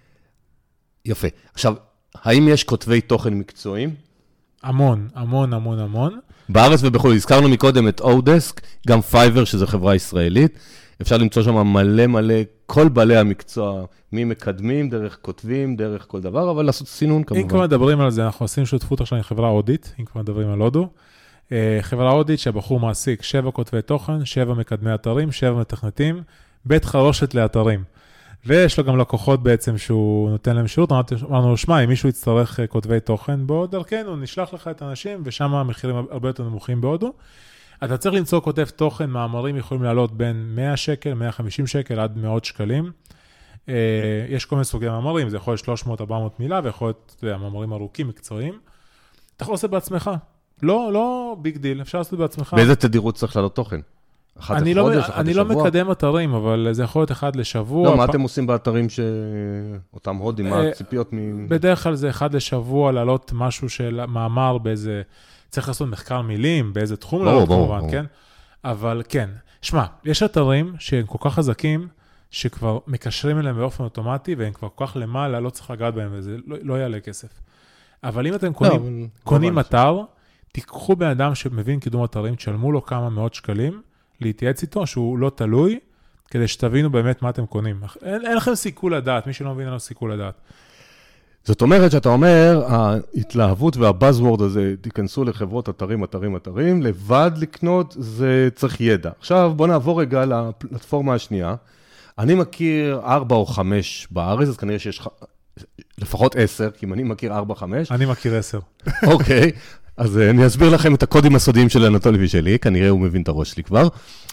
יפה. עכשיו, האם יש כותבי תוכן מקצועיים? המון, המון, המון, המון. בארץ ובחו"ל, הזכרנו מקודם את אודסק, גם פייבר, שזו חברה ישראלית. אפשר למצוא שם מלא מלא, כל בעלי המקצוע, מי מקדמים, דרך כותבים, דרך כל דבר, אבל לעשות סינון כמובן. אם כבר מדברים על זה, אנחנו עושים שותפות עכשיו עם חברה הודית, אם כבר מדברים על הודו. חברה הודית שהבחור מעסיק שבע כותבי תוכן, שבע מקדמי אתרים, שבע מתכנתים, בית חרושת לאתרים. ויש לו גם לקוחות בעצם שהוא נותן להם שירות, אמרנו לו, שמע, אם מישהו יצטרך כותבי תוכן, בוא דרכנו, נשלח לך את האנשים, ושם המחירים הרבה יותר נמוכים בהודו. אתה צריך למצוא כותב תוכן, מאמרים יכולים לעלות בין מאה שקל, מאה וחמישים שקל עד מאות שקלים. יש כל מיני סוגי מאמרים, זה יכול להיות שלוש מאות עד ארבע מאות מילה, ויכול להיות מאמרים ארוכים, מקצועיים. אתה יכול לעשות בעצמך. לא, לא ביג דיל, אפשר לעשות בעצמך. באיזה תדירות צריך לעלות תוכן? אחת לחודש, אחת לשבוע? אני לא מקדם אתרים, אבל זה יכול להיות אחד לשבוע. לא, מה אתם עושים באתרים שאותם הודים, מה הציפיות מ... בדרך כלל זה אחד לשבוע, לעלות משהו של מאמר באיזה... צריך לעשות מחקר מילים, באיזה תחום לעלות כמובן, כן? אבל כן. שמע, יש אתרים שהם כל כך חזקים, שכבר מקשרים אליהם באופן אוטומטי, והם כבר כל כך למעלה, לא צריך לגעת בהם, וזה לא, לא יעלה כסף. אבל אם אתם קונים, לא, קונים אתר, תיקחו בן אדם שמבין קידום אתרים, תשלמו לו כמה מאות שקלים, להתייעץ איתו שהוא לא תלוי, כדי שתבינו באמת מה אתם קונים. אין, אין לכם סיכול לדעת, מי שלא מבין אין לו סיכול לדעת. זאת אומרת שאתה אומר, ההתלהבות והבאזוורד הזה, תיכנסו לחברות אתרים, אתרים, אתרים, לבד לקנות, זה צריך ידע. עכשיו בוא נעבור רגע לפלטפורמה השנייה. אני מכיר ארבע או חמש בארץ, אז כנראה שיש לפחות עשר, כי אם אני מכיר ארבע, חמש. אני מכיר עשר. אוקיי, אז אני אסביר לכם את הקודים הסודיים של אנטולי ושלי, כנראה הוא מבין את הראש שלי כבר.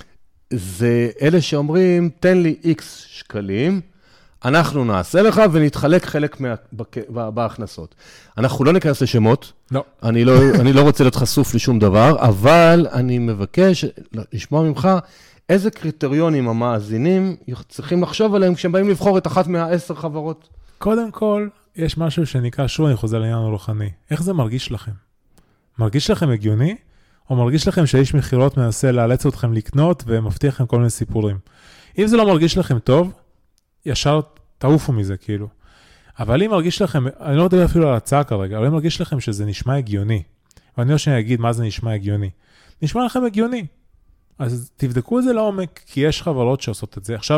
זה אלה שאומרים, תן לי איקס שקלים, אנחנו נעשה לך ונתחלק חלק מה, בהכנסות. אנחנו לא ניכנס לשמות, לא. אני לא, אני לא רוצה להיות חשוף לשום דבר, אבל אני מבקש לשמוע ממך איזה קריטריונים המאזינים צריכים לחשוב עליהם כשהם באים לבחור את אחת מהעשר חברות. קודם כל, יש משהו שנקרא, שוב אני חוזר לעניין הרוחני. איך זה מרגיש לכם? מרגיש לכם הגיוני? או מרגיש לכם שהאיש מחירות מנסה לאלץ אתכם לקנות ומבטיח לכם כל מיני סיפורים? אם זה לא מרגיש לכם טוב, ישר תעופו מזה, כאילו. אבל אם מרגיש לכם, אני לא יודע אפילו על הצעה כרגע, אבל אם מרגיש לכם שזה נשמע הגיוני, ואני לא שאני אגיד מה זה נשמע הגיוני, נשמע לכם הגיוני. אז תבדקו את זה לעומק, כי יש חברות שעושות את זה. עכשיו,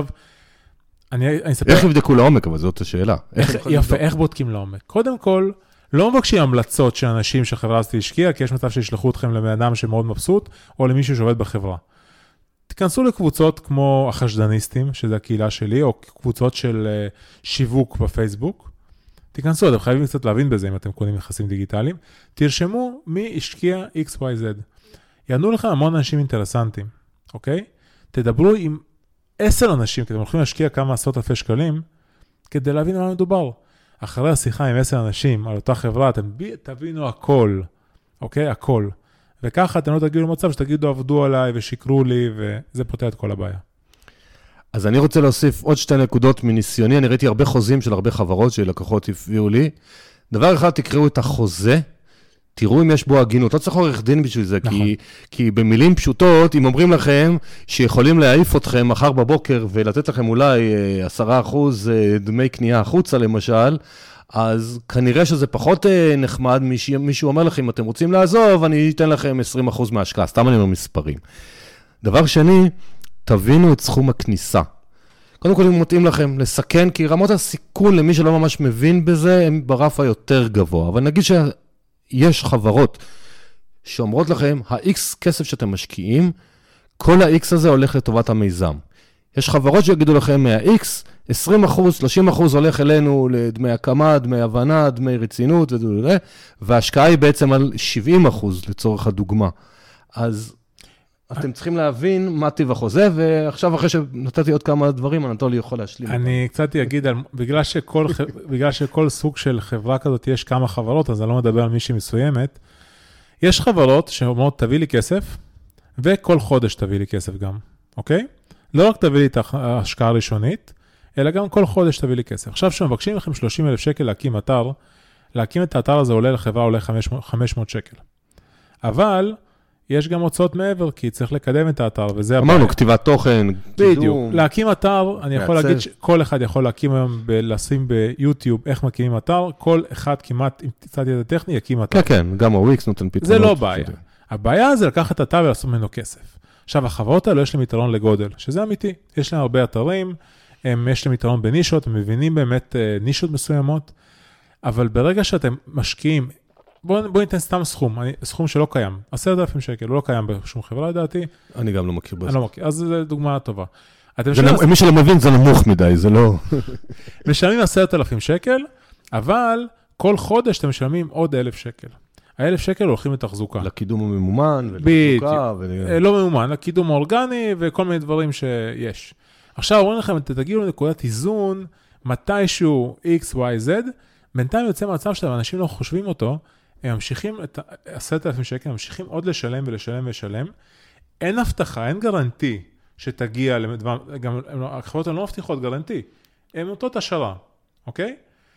אני, אני אספר... איך יבדקו לעומק? אבל זאת השאלה. איך, איך יפה, איך בודקים לעומק? קודם כל, לא מבקשים המלצות של אנשים שהחברה הזאת השקיעה, כי יש מצב שישלחו אתכם לבן אדם שמאוד מבסוט, או למישהו שעובד בחברה. תיכנסו לקבוצות כמו החשדניסטים, שזה הקהילה שלי, או קבוצות של שיווק בפייסבוק. תיכנסו, אתם חייבים קצת להבין בזה אם אתם קונים יחסים דיגיטליים. תרשמו מי השקיע אקס וואי זד. יענו לכם המון אנשים אינטרסנטים, אוקיי? תדברו עם עשר אנשים, כי אתם הולכים להשקיע כמה עשרות אלפי שקלים, כדי להבין על מה מדובר. אחרי השיחה עם עשר אנשים על אותה חברה, אתם תבינו הכל, אוקיי? הכל. וככה אתם לא תגידו למצב שתגידו עבדו עליי ושיקרו לי, וזה פותר את כל הבעיה. אז אני רוצה להוסיף עוד שתי נקודות מניסיוני. אני ראיתי הרבה חוזים של הרבה חברות שלקוחות הביאו לי. דבר אחד, תקראו את החוזה, תראו אם יש בו הגינות. לא צריך עורך דין בשביל זה, נכון. כי, כי במילים פשוטות, אם אומרים לכם שיכולים להעיף אתכם מחר בבוקר ולתת לכם אולי עשרה אחוז דמי קנייה החוצה למשל, אז כנראה שזה פחות נחמד, מישהו אומר לכם, אם אתם רוצים לעזוב, אני אתן לכם עשרים אחוז מההשקעה, סתם אני אומר מספרים. דבר שני, תבינו את סכום הכניסה. קודם כל, אם מתאים לכם לסכן, כי רמות הסיכון למי שלא ממש מבין בזה, הם ברף היותר גבוה. אבל נגיד שיש חברות שאומרות לכם, ה-X כסף שאתם משקיעים, כל ה-X הזה הולך לטובת המיזם. יש חברות שיגידו לכם מה-X, עשרים אחוז, שלושים אחוז הולך אלינו לדמי הקמה, דמי הבנה, דמי רצינות ודומה, וההשקעה היא בעצם על שבעים אחוז לצורך הדוגמה. אז אתם צריכים להבין מה טיב החוזה, ועכשיו אחרי שנתתי עוד כמה דברים, אנטולי יכול להשלים. אני קצת אגיד, בגלל שכל, בגלל שכל סוג של חברה כזאת יש כמה חברות, אז אני לא מדבר על מישהי מסוימת, יש חברות שאומרות, תביא לי כסף, וכל חודש תביא לי כסף גם, אוקיי? לא רק תביא לי את ההשקעה הראשונית, אלא גם כל חודש תביא לי כסף. עכשיו שמבקשים לכם שלושים אלף שקל להקים אתר, להקים את האתר הזה עולה לחברה, עולה חמש מאות שקל. אבל יש גם הוצאות מעבר, כי צריך לקדם את האתר, וזה... אמרנו, כתיבת תוכן, בדיוק. להקים אתר, אני יכול להגיד שכל אחד יכול להקים היום, לשים ביוטיוב איך מקימים אתר, כל אחד כמעט, אם תצאתי את הטכני, יקים אתר. כן, כן, גם הוויקס נותן פתרונות. זה לא בעיה. הבעיה זה לקחת אתר ולעשות ממנו כסף. עכשיו, החברות האלה יש להם יתרון לגודל, שזה אמיתי. יש להם הרבה אתרים, הם, יש להם יתרון בנישות, הם מבינים באמת נישות מסוימות, אבל ברגע שאתם משקיעים, בואו בוא ניתן סתם סכום, אני, סכום שלא קיים, עשרת אלפים שקל, הוא לא קיים בשום חברה לדעתי. אני גם לא מכיר בזה. אני לא מכיר, אז זו דוגמה טובה. מי שלא מבין, זה נמוך מדי, זה לא... משלמים עשרת אלפים שקל, אבל כל חודש אתם משלמים עוד אלף שקל. האלף שקל הולכים לתחזוקה. לקידום הממומן ולתחזוקה. ו... לא ממומן, לקידום האורגני וכל מיני דברים שיש. עכשיו אומרים לכם, תגיעו לנקודת איזון, מתישהו X, Y, Z, בינתיים יוצא מצב שאנשים לא חושבים אותו, הם ממשיכים את עשרת אלפים שקל, ממשיכים עוד לשלם ולשלם ולשלם. אין הבטחה, אין גרנטי שתגיע למדבר, גם החברות לא מבטיחות גרנטי, הן נותנות השערה, אוקיי?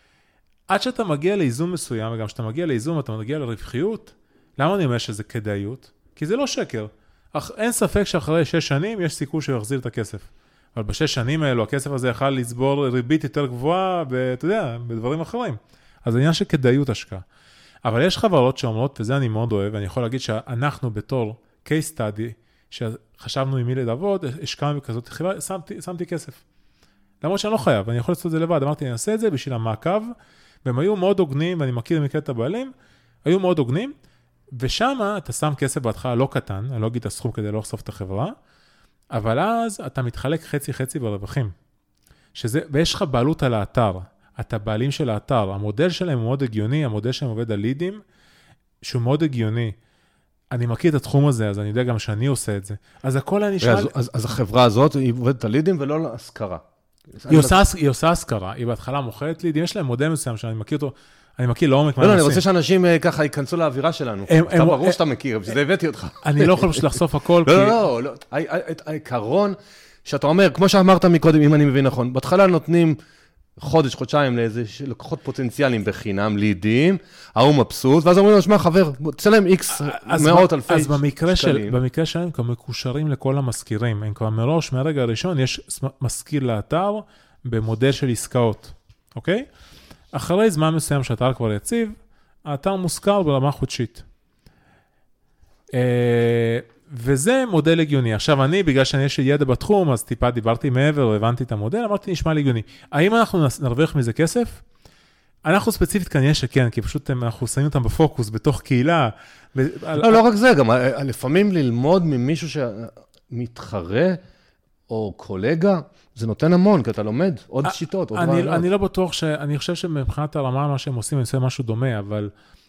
עד שאתה מגיע לאיזון מסוים, וגם שאתה מגיע לאיזון ואתה מגיע לרווחיות, למה אני אומר שזה כדאיות? כי זה לא שקר. אין ספק שאחרי שש שנים יש סיכוי שהוא יחזיר את הכסף. אבל בשש שנים האלו, הכסף הזה יכל לצבור ריבית יותר גבוהה, ואתה יודע, בדברים אחרים. אז העניין של כדאיות השקעה. אבל יש חברות שאומרות, וזה אני מאוד אוהב, ואני יכול להגיד שאנחנו בתור case study, שחשבנו עם מי לעבוד, השקענו בכזאת חברה, שמתי, שמתי כסף. למרות שאני לא חייב, אני יכול לעשות את זה לבד, אמרתי, אני אעשה את זה בשביל המעקב, והם היו מאוד הוגנים, ואני מכיר במקרה את הבעלים, היו מאוד הוגנים, ושם אתה שם כסף בהתחלה לא קטן, אני לא אגיד את הסכום כדי לא לחשוף את החברה, אבל אז אתה מתחלק חצי-חצי ברווחים. שזה, ויש לך בעלות על האתר, אתה בעלים של האתר, המודל שלהם הוא מאוד הגיוני, המודל שלהם עובד על לידים, שהוא מאוד הגיוני. אני מכיר את התחום הזה, אז אני יודע גם שאני עושה את זה. אז הכל אני שאל... אז, אז, אז החברה הזאת היא עובדת על לידים ולא להשכרה. היא עושה, היא עושה השכרה, היא בהתחלה מוכרת לידים, יש להם מודל מסוים שאני מכיר אותו, אני מכיר לעומק מה לא, הם אני עושים. רוצה שאנשים ככה ייכנסו לאווירה שלנו. אתה ברור שאתה מכיר, בשביל הבאתי אותך. אני לא יכול פשוט לחשוף הכל. לא, לא, לא. העיקרון שאתה אומר, כמו שאמרת מקודם, אם אני מבין נכון, בהתחלה נותנים חודש, חודשיים לאיזה לקוחות פוטנציאליים בחינם, לידים, ההוא מבסוט, ואז אומרים לו, שמע, חבר, תצלם איקס מאות אלפי שקלים. אז במקרה של, במקרה שלהם הם כבר מקושרים לכל המזכירים. הם כבר מראש, מהרגע הראשון, יש מזכיר לאתר במודל של עסקאות. אוקיי? אחרי זמן מסוים שהאתר כבר יציב, האתר מוזכר ברמה חודשית. וזה מודל הגיוני. עכשיו אני, בגלל שאני יש לי ידע בתחום, אז טיפה דיברתי מעבר, והבנתי את המודל, אמרתי, נשמע לי הגיוני. האם אנחנו נרוויח מזה כסף? אנחנו ספציפית כנראה שכן, כי פשוט אנחנו שמים אותם בפוקוס, בתוך קהילה. לא, לא רק זה, גם לפעמים ללמוד ממישהו שמתחרה, או קולגה, זה נותן המון, כי אתה לומד עוד שיטות, עוד רעיונות. אני לא בטוח ש... אני חושב שמבחינת הרמה, מה שהם עושים, הם עושים משהו דומה, אבל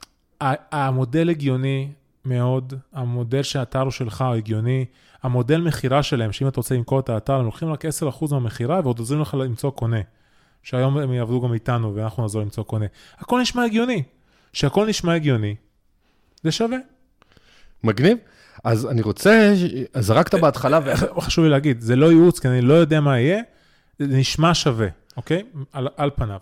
המודל הגיוני מאוד, המודל שהאתר הוא שלך הוא הגיוני, המודל מחירה שלהם, שאם אתה רוצה למכור את האתר, הם לוקחים רק עשרה אחוז מהמחירה, ועוד עוזרים לך למצוא קונה. שהיום הם יעבדו גם איתנו, ואנחנו נעזור למצוא קונה. הכל נשמע הגיוני. שהכל נשמע הגיוני, זה שווה. מגניב. אז אני רוצה, זרקת בהתחלה... חשוב לי להגיד, זה לא ייעוץ, כי אני לא יודע מה יהיה, זה נשמע שווה, אוקיי? על, על פניו.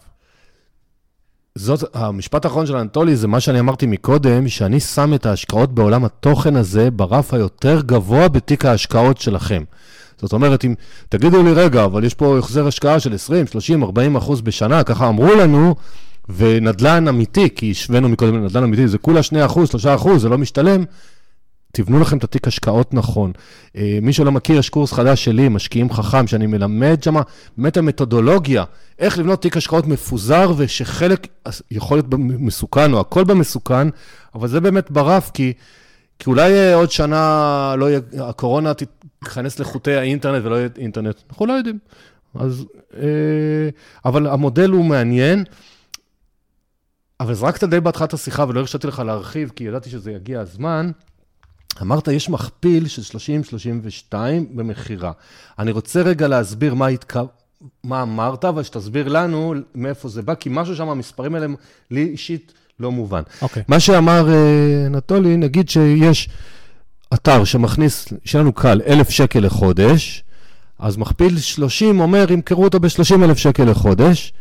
זאת, המשפט האחרון של אנטולי, זה מה שאני אמרתי מקודם, שאני שם את ההשקעות בעולם התוכן הזה, ברף היותר גבוה בתיק ההשקעות שלכם. זאת אומרת, אם תגידו לי רגע, אבל יש פה החזר השקעה של עשרים, שלושים, ארבעים אחוז בשנה, ככה אמרו לנו, ונדלן אמיתי, כי השווינו מקודם לנדלן אמיתי, זה כולה שני אחוז, שלושה אחוז, זה לא משתלם, תבנו לכם את התיק השקעות נכון. מי שלא מכיר, יש קורס חדש שלי, משקיעים חכם, שאני מלמד שם, באמת המתודולוגיה, איך לבנות תיק השקעות מפוזר, ושחלק יכול להיות מסוכן, או הכל במסוכן, אבל זה באמת ברף, כי, כי אולי עוד שנה לא יהיה, הקורונה תיכנס לחוטי האינטרנט, ולא יהיה אינטרנט. אנחנו לא יודעים. אז, אבל המודל הוא מעניין, אבל זרקת די בהתחלת השיחה, ולא הרשתי לך להרחיב, כי ידעתי שזה יגיע הזמן, אמרת, יש מכפיל של שלושים שלושים ושתיים במחירה. אני רוצה רגע להסביר מה, התק... מה אמרת, אבל שתסביר לנו מאיפה זה בא, כי משהו שם, המספרים האלה לי אישית לא מובן. Okay. מה שאמר נטולי, נגיד שיש אתר שמכניס, שלנו קל, אלף שקל לחודש, אז מכפיל שלושים אומר, ימכרו אותו ב-שלושים אלף שקל לחודש,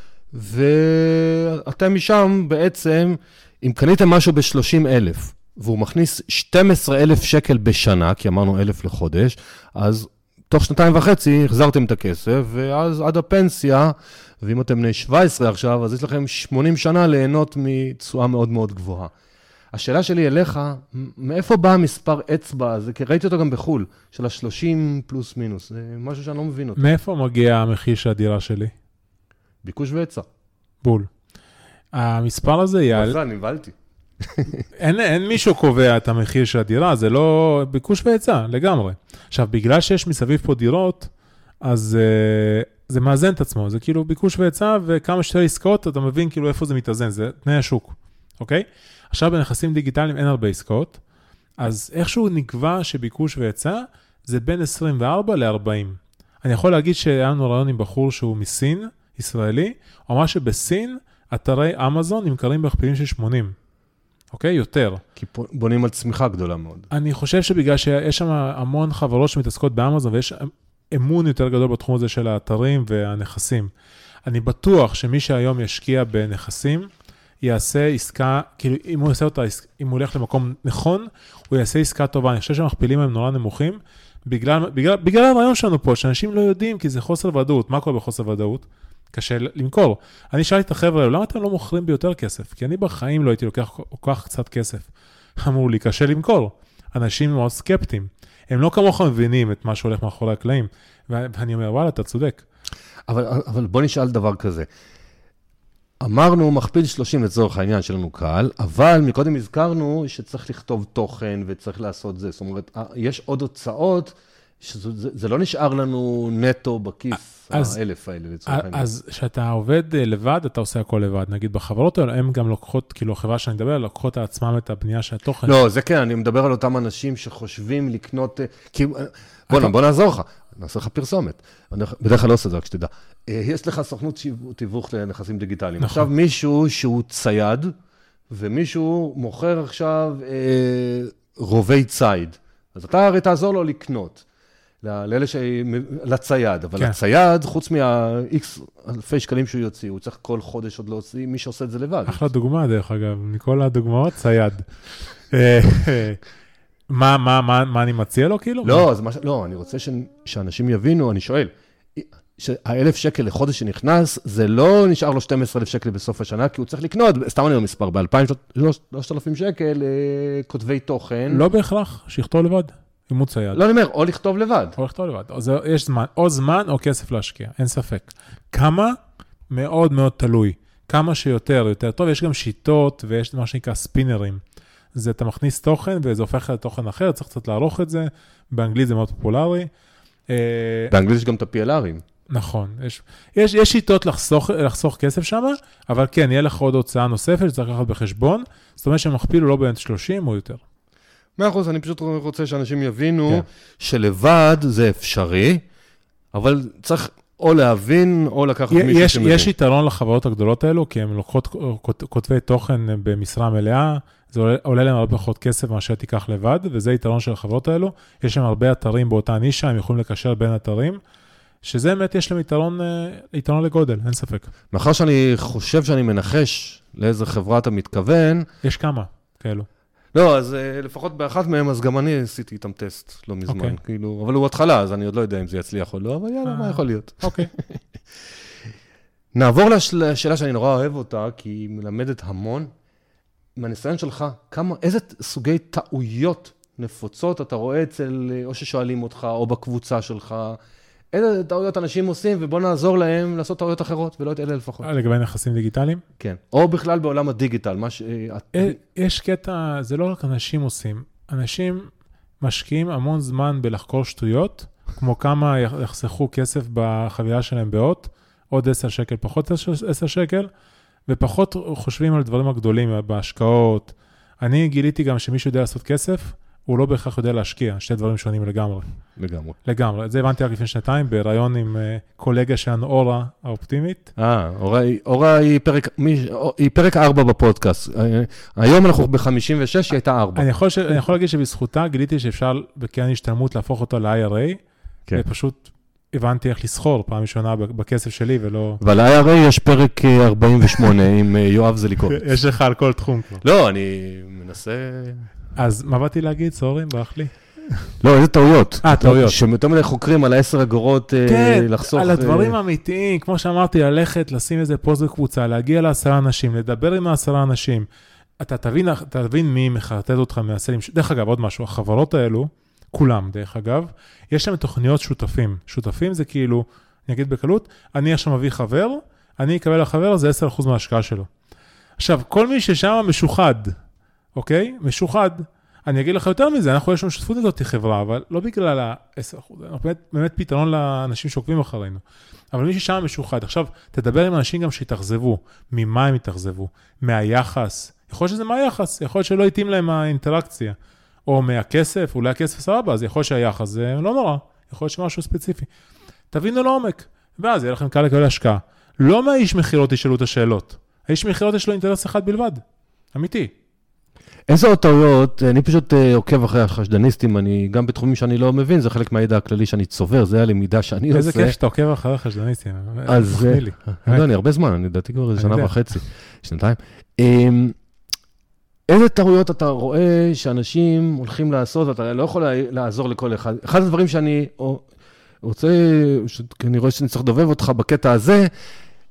ואתם משם בעצם, אם קניתם משהו ב-שלושים אלף, והוא מכניס שנים עשר אלף שקל בשנה, כי אמרנו אלף לחודש, אז תוך שנתיים וחצי החזרתם את הכסף, ואז עד הפנסיה, ואם אתם בני שבע עשרה עכשיו, אז יש לכם שמונים שנה ליהנות מתשואה מאוד מאוד גבוהה. השאלה שלי אליך, מאיפה בא המספר אצבע הזה? כי ראיתי אותו גם בחול, של ה-שלושים פלוס מינוס, זה משהו שאני לא מבין אותו. מאיפה מגיע המחיר של הדירה שלי? ביקוש והיצע. בול. המספר הזה יעל... מזל, נבלתי. אין, אין מישהו קובע את המחיר של הדירה, זה לא ביקוש והיצע, לגמרי. עכשיו, בגלל שיש מסביב פה דירות, אז uh, זה מאזן את עצמו, זה כאילו ביקוש והיצע, וכמה שתי עסקאות, אתה מבין כאילו איפה זה מתאזן, זה תנאי השוק, אוקיי? עכשיו, בנכסים דיגיטליים אין הרבה עסקאות, אז איכשהו נקבע שביקוש והיצע, זה בין עשרים וארבע ל-ארבעים. אני יכול להגיד שהיה לנו רעיון עם בחור שהוא מסין, ישראלי, הוא אמר שבסין, אתרי אמזון נמכרים בהכפילים של שמונים. אוקיי? יותר. כי בונים על צמיחה גדולה מאוד. אני חושב שבגלל שיש שם המון חברות שמתעסקות באמזון, ויש אמון יותר גדול בתחום הזה של האתרים והנכסים. אני בטוח שמי שהיום ישקיע בנכסים, יעשה עסקה, כאילו אם הוא יעשה אותה, אם הוא הולך למקום נכון, הוא יעשה עסקה טובה. אני חושב שהמכפילים הם נורא נמוכים, בגלל, בגלל, בגלל הרעיון שלנו פה, שאנשים לא יודעים, כי זה חוסר ודאות. מה קורה בחוסר ודאות? קשה למכור. אני שאלתי את החבר'ה, למה אתם לא מוכרים ביותר כסף? כי אני בחיים לא הייתי לוקח כל כך קצת כסף. אמרו לי, קשה למכור. אנשים מאוד סקפטיים. הם לא כמוך מבינים את מה שהולך מאחורי הקלעים. ואני אומר, וואלה, אתה צודק. אבל, אבל בוא נשאל דבר כזה. אמרנו, מכפיל שלושים לצורך העניין שלנו קהל, אבל מקודם הזכרנו שצריך לכתוב תוכן וצריך לעשות זה. זאת אומרת, יש עוד הוצאות, שזה, זה לא נשאר לנו נטו בכיס, אז, האלף האלה לצורך העניין. אז כשאתה עובד לבד, אתה עושה הכל לבד. נגיד בחברות האלה, הם גם לוקחות, כאילו החברה שאני מדבר, לוקחות על עצמם את הבנייה של התוכן. לא, זה כן, אני מדבר על אותם אנשים שחושבים לקנות, כי, בוא, אתה... בוא נעזור לך. נעשה לך פרסומת. בדרך כלל לא עושה זה, רק שתדע. יש לך סוכנות תיווך לנכסים דיגיטליים. נכון. עכשיו מישהו שהוא צייד, ומישהו מוכר עכשיו אה, רובי צייד. אז אתה הרי תעזור לו לקנות. לאלה ש... לצייד. אבל כן. הצייד, חוץ מה-X אלפי שקלים שהוא יוציא, הוא צריך כל חודש עוד להוציא, מי שעושה את זה לבד. אחלה דוגמה, דרך אגב. מכל הדוגמאות, צייד. מה, מה, מה, מה אני מציע לו, כאילו? לא, זה מה, לא, אני רוצה ש, שאנשים יבינו, אני שואל, שהאלף שקל לחודש שנכנס, זה לא נשאר לו שנים עשר אלף שקל בסוף השנה, כי הוא צריך לקנות, סתם אני לא מספר, ב-אלפיים שלושת אלפים שקל כותבי תוכן. לא בהכרח, שיכתוב לבד, אימוץ היד. לא, אני אומר, או לכתוב לבד. או לכתוב לבד. אז יש זמן, או זמן או כסף להשקיע, אין ספק. כמה? מאוד מאוד תלוי. כמה שיותר, יותר טוב. יש גם שיטות, ויש מה שנקרא ספינרים. זה אתה מכניס תוכן, וזה הופך לתוכן אחר, צריך קצת לערוך את זה. באנגלית זה מאוד פופולרי. באנגלית יש גם את ה-פי אל ארים. נכון. יש, יש, יש שיטות לחסוך, לחסוך כסף שם, אבל כן, יהיה לך עוד הוצאה נוספת, שצריך לקחת בחשבון. זאת אומרת שמכפיל הוא לא בין שלושים או יותר. מאה אחוז, אני פשוט רוצה שאנשים יבינו כן. שלבד זה אפשרי, אבל צריך או להבין, או לקחת מישהו יש, שמבין. יש יתרון לחברות הגדולות האלו, כי הן לוקחות כותבי תוכן במשרה מלאה, זה עולה, עולה להם הרבה פחות כסף מאשר תיקח לבד, וזה יתרון של החברות האלו. יש להם הרבה אתרים באותה נישה, הם יכולים לקשר בין אתרים, שזה באמת יש להם יתרון, יתרון לגודל, אין ספק. מאחר שאני חושב שאני מנחש לאיזה חברה אתה מתכוון. יש כמה כאלו. לא, אז לפחות באחת מהם, אז גם אני עשיתי איתם טסט לא מזמן, okay. כאילו, אבל הוא התחלה, אז אני עוד לא יודע אם זה יצליח או לא, אבל יאללה, מה יכול להיות? אוקיי. נעבור לשאלה שאני נורא אוהב אותה, כי היא מלמדת המון. מהניסיון שלך, כמה, איזה סוגי טעויות נפוצות אתה רואה אצל, או ששואלים אותך, או בקבוצה שלך, איזה טעויות אנשים עושים, ובוא נעזור להם לעשות טעויות אחרות, ולא את אלה לפחות. לגבי נכסים דיגיטליים? כן. או בכלל בעולם הדיגיטל, מה ש... יש קטע, זה לא רק אנשים עושים. אנשים משקיעים המון זמן בלחקור שטויות, כמו כמה יחסכו כסף בחבילה שלהם באות, עוד עשר שקל, פחות עשר שקל, ופחות חושבים על דברים הגדולים, בהשקעות. אני גיליתי גם שמישהו יודע לעשות כסף, הוא לא בהכרח יודע להשקיע, שתי דברים שונים לגמרי. לגמרי. לגמרי. זה הבנתי רק לפני שנתיים, ברעיון עם קולגה שלנו, אורה האופטימית. אה, אורה, אורה היא פרק, היא פרק ארבע בפודקאסט. היום אנחנו ב-חמישים ושש, היא הייתה ארבע. אני יכול, אני יכול להגיד שבזכותה גיליתי שאפשר בקרן השתלמות להפוך אותה ל-איי אר איי, כן. ופשוט הבנתי איך לסחור פעם ראשונה בכסף שלי ולא... אבל ל-איי אר איי יש פרק ארבעים ושמונה עם יואב זליקוביץ. יש לך על כל תחום כבר. לא, אני מנסה... אז מה באתי להגיד, סורים, ברח לי? לא, איזה טעויות. אה, טעויות. שיותר מדי חוקרים על העשר אגורות לחסוך... כן, על הדברים האמיתיים, כמו שאמרתי, ללכת, לשים איזה פוסט בקבוצה, להגיע לעשרה אנשים, לדבר עם העשרה אנשים. אתה תבין, תבין מי מחרטט אותך מהסלים. דרך אגב, עוד משהו, החברות האלו, כולם, דרך אגב, יש להם תוכניות שותפים. שותפים זה כאילו, אני אגיד בקלות, אני עכשיו מביא חבר, אני אקבל לחבר הזה עשרה אחוז מההשקעה שלו. עכשיו, כל מי ששם משוחד, אוקיי? משוחד. אני אגיד לך יותר מזה, אנחנו יש לנו שותפות הזאת חברה, אבל לא בגלל ה-עשרה אחוז. אנחנו באמת, באמת פתרון לאנשים שעוקבים אחרינו. אבל מי ששם משוחד. עכשיו, תדבר עם אנשים גם שיתאכזבו. ממה הם יתאכזבו? מהיחס. יכול להיות שזה מהיחס, יכול להיות שלא יתאים להם האינטראקציה. או מהכסף, אולי הכסף סבבה, אז יכול להיות שהיחס זה לא נורא. יכול להיות שמשהו ספציפי. תבינו לעומק. ואז יהיה לכם קל לקבל השקעה. לא מהאיש מחירות ישאלו את השאלות. האיש מחירות יש לו אינטרס אחד בלבד. אמיתי. איזה עוד טעויות, אני פשוט עוקב אחרי החשדניסטים, אני גם בתחומים שאני לא מבין, זה חלק מהידע הכללי שאני צובר, זה הלמידה שאני עושה. איזה כיף שאתה עוקב אחרי החשדניסטים. אז, לא, אני הרבה זמן, אני דעתי כבר איזה שנה וחצי, שנתיים. איזה טעויות אתה רואה שאנשים הולכים לעשות, ואתה לא יכול לעזור לכל אחד. אחד הדברים שאני רוצה, אני רואה שאני צריך לדובב אותך בקטע הזה,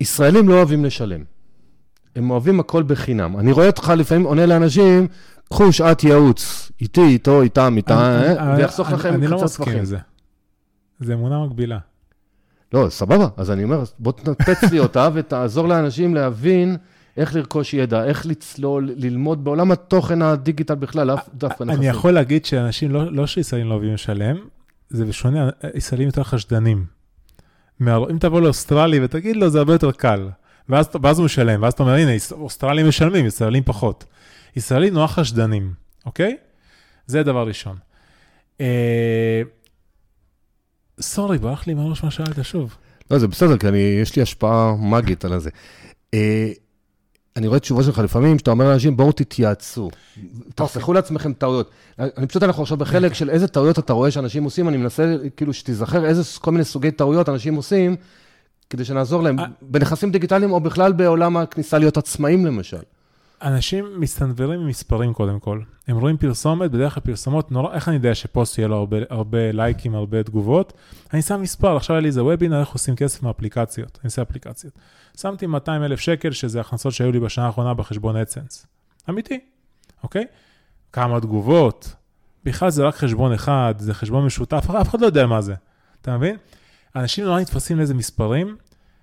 ישראלים לא אוהבים לשלם. הם אוהבים הכל בחינם. אני רואה אותך לפעמים עונה לאנשים, קחו שעת ייעוץ, איתי, איתו, איתם, איתה, ויחסוך לכם אני לא קצת מסכים ספחים. עם זה. זה אמונה מקבילה. לא, סבבה. אז אני אומר, בוא תנפץ לי אותה ותעזור לאנשים להבין איך לרכוש ידע, איך לצלול, ללמוד בעולם התוכן הדיגיטל בכלל, אף דווקא נכסים. אני יכול להגיד שאנשים, לא, לא שישראלים לא אוהבים לשלם, זה בשונה, ישראלים יותר חשדנים. אם תבוא לאוסטרלי ותגיד לו, זה הרבה יותר קל. ואז, ואז הוא משלם, ואז אתה אומר, הנה, אוסטרלים משלמים, ישראלים פחות. ישראלים נורא חשדנים, אוקיי? זה דבר ראשון. אה... סורי, ברח לי מראש מה שאלת שוב. לא, זה בסדר, כי אני, יש לי השפעה מגית על זה. אה... אני רואה תשובה שלך לפעמים, שאתה אומר לאנשים, בואו תתייעצו, תחסכו לעצמכם טעויות. אני פשוט אנחנו עכשיו בחלק של איזה טעויות אתה רואה שאנשים עושים, אני מנסה כאילו שתיזכר איזה כל מיני סוגי טעויות אנשים עושים, כדי שנעזור להם, בנכסים דיגיטליים או בכלל בעולם הכניסה להיות עצמאים למשל. אנשים מסתנוורים עם מספרים קודם כל. הם רואים פרסומת, בדרך כלל פרסומות, נורא, איך אני יודע שפוסט יהיה לו הרבה, הרבה לייקים, הרבה תגובות? אני שם מספר, עכשיו היה לי איזה וובינר, איך עושים כסף מאפליקציות. אני עושה אפליקציות. שמתי מאתיים אלף שקל, שזה הכנסות שהיו לי בשנה האחרונה בחשבון אדסנס. אמיתי, אוקיי? כמה תגובות. בכלל זה רק חשבון אחד, זה חשבון משותף, אף אחד לא יודע מה זה. אתה מבין? אנשים נורא נתפסים לאיזה מספרים,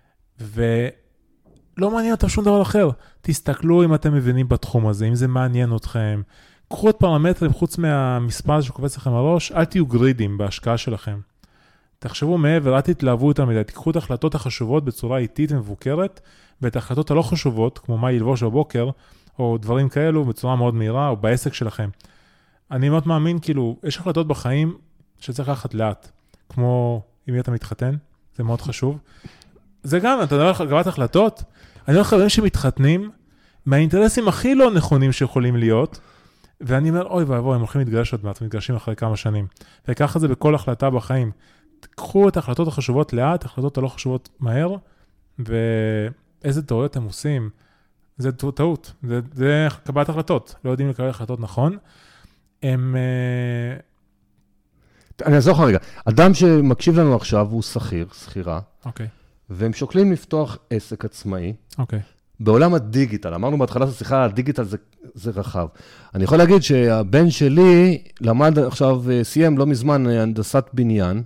ולא מעניין אותם שום דבר אחר. תסתכלו אם אתם מבינים בתחום הזה, אם זה מעניין אתכם. קחו את פרמטרים חוץ מהמספר שקופץ לכם הראש, אל תהיו גרידים בהשקעה שלכם. תחשבו מעבר, אל תתלהבו יותר מדי, תיקחו את ההחלטות החשובות בצורה איטית ומבוקרת, ואת ההחלטות הלא חשובות, כמו מה ילבוש בבוקר, או דברים כאלו, בצורה מאוד מהירה, או בעסק שלכם. אני מאוד מאמין, כאילו, יש החלטות בחיים שצריך לקחת לאט, כמו אם אתה מתחתן, זה מאוד חשוב. זה גם, אתה יודע, גבת החלטות, אני אומר חברים שמתחתנים, מהאינטרסים הכי לא נכונים שיכולים להיות, ואני אומר, אוי ואבוי, הם הולכים להתגרש עוד מעט, מתגרשים אחרי כמה שנים. וככה זה בכל החלטה בחיים. תקחו את ההחלטות החשובות לאט, ההחלטות הלא חשובות מהר, ואיזה טעויות הם עושים. זה טעות, זה, זה קבלת החלטות. לא יודעים לקבל החלטות נכון. הם... אני אעזור לך רגע. אדם שמקשיב לנו עכשיו הוא שכיר, שכירה, אוקיי. והם שוקלים לפתוח עסק עצמאי. אוקיי. בעולם הדיגיטל, אמרנו בהתחלת השיחה, הדיגיטל זה, זה רחב. אני יכול להגיד שהבן שלי למד עכשיו, סיים לא מזמן הנדסת בניין,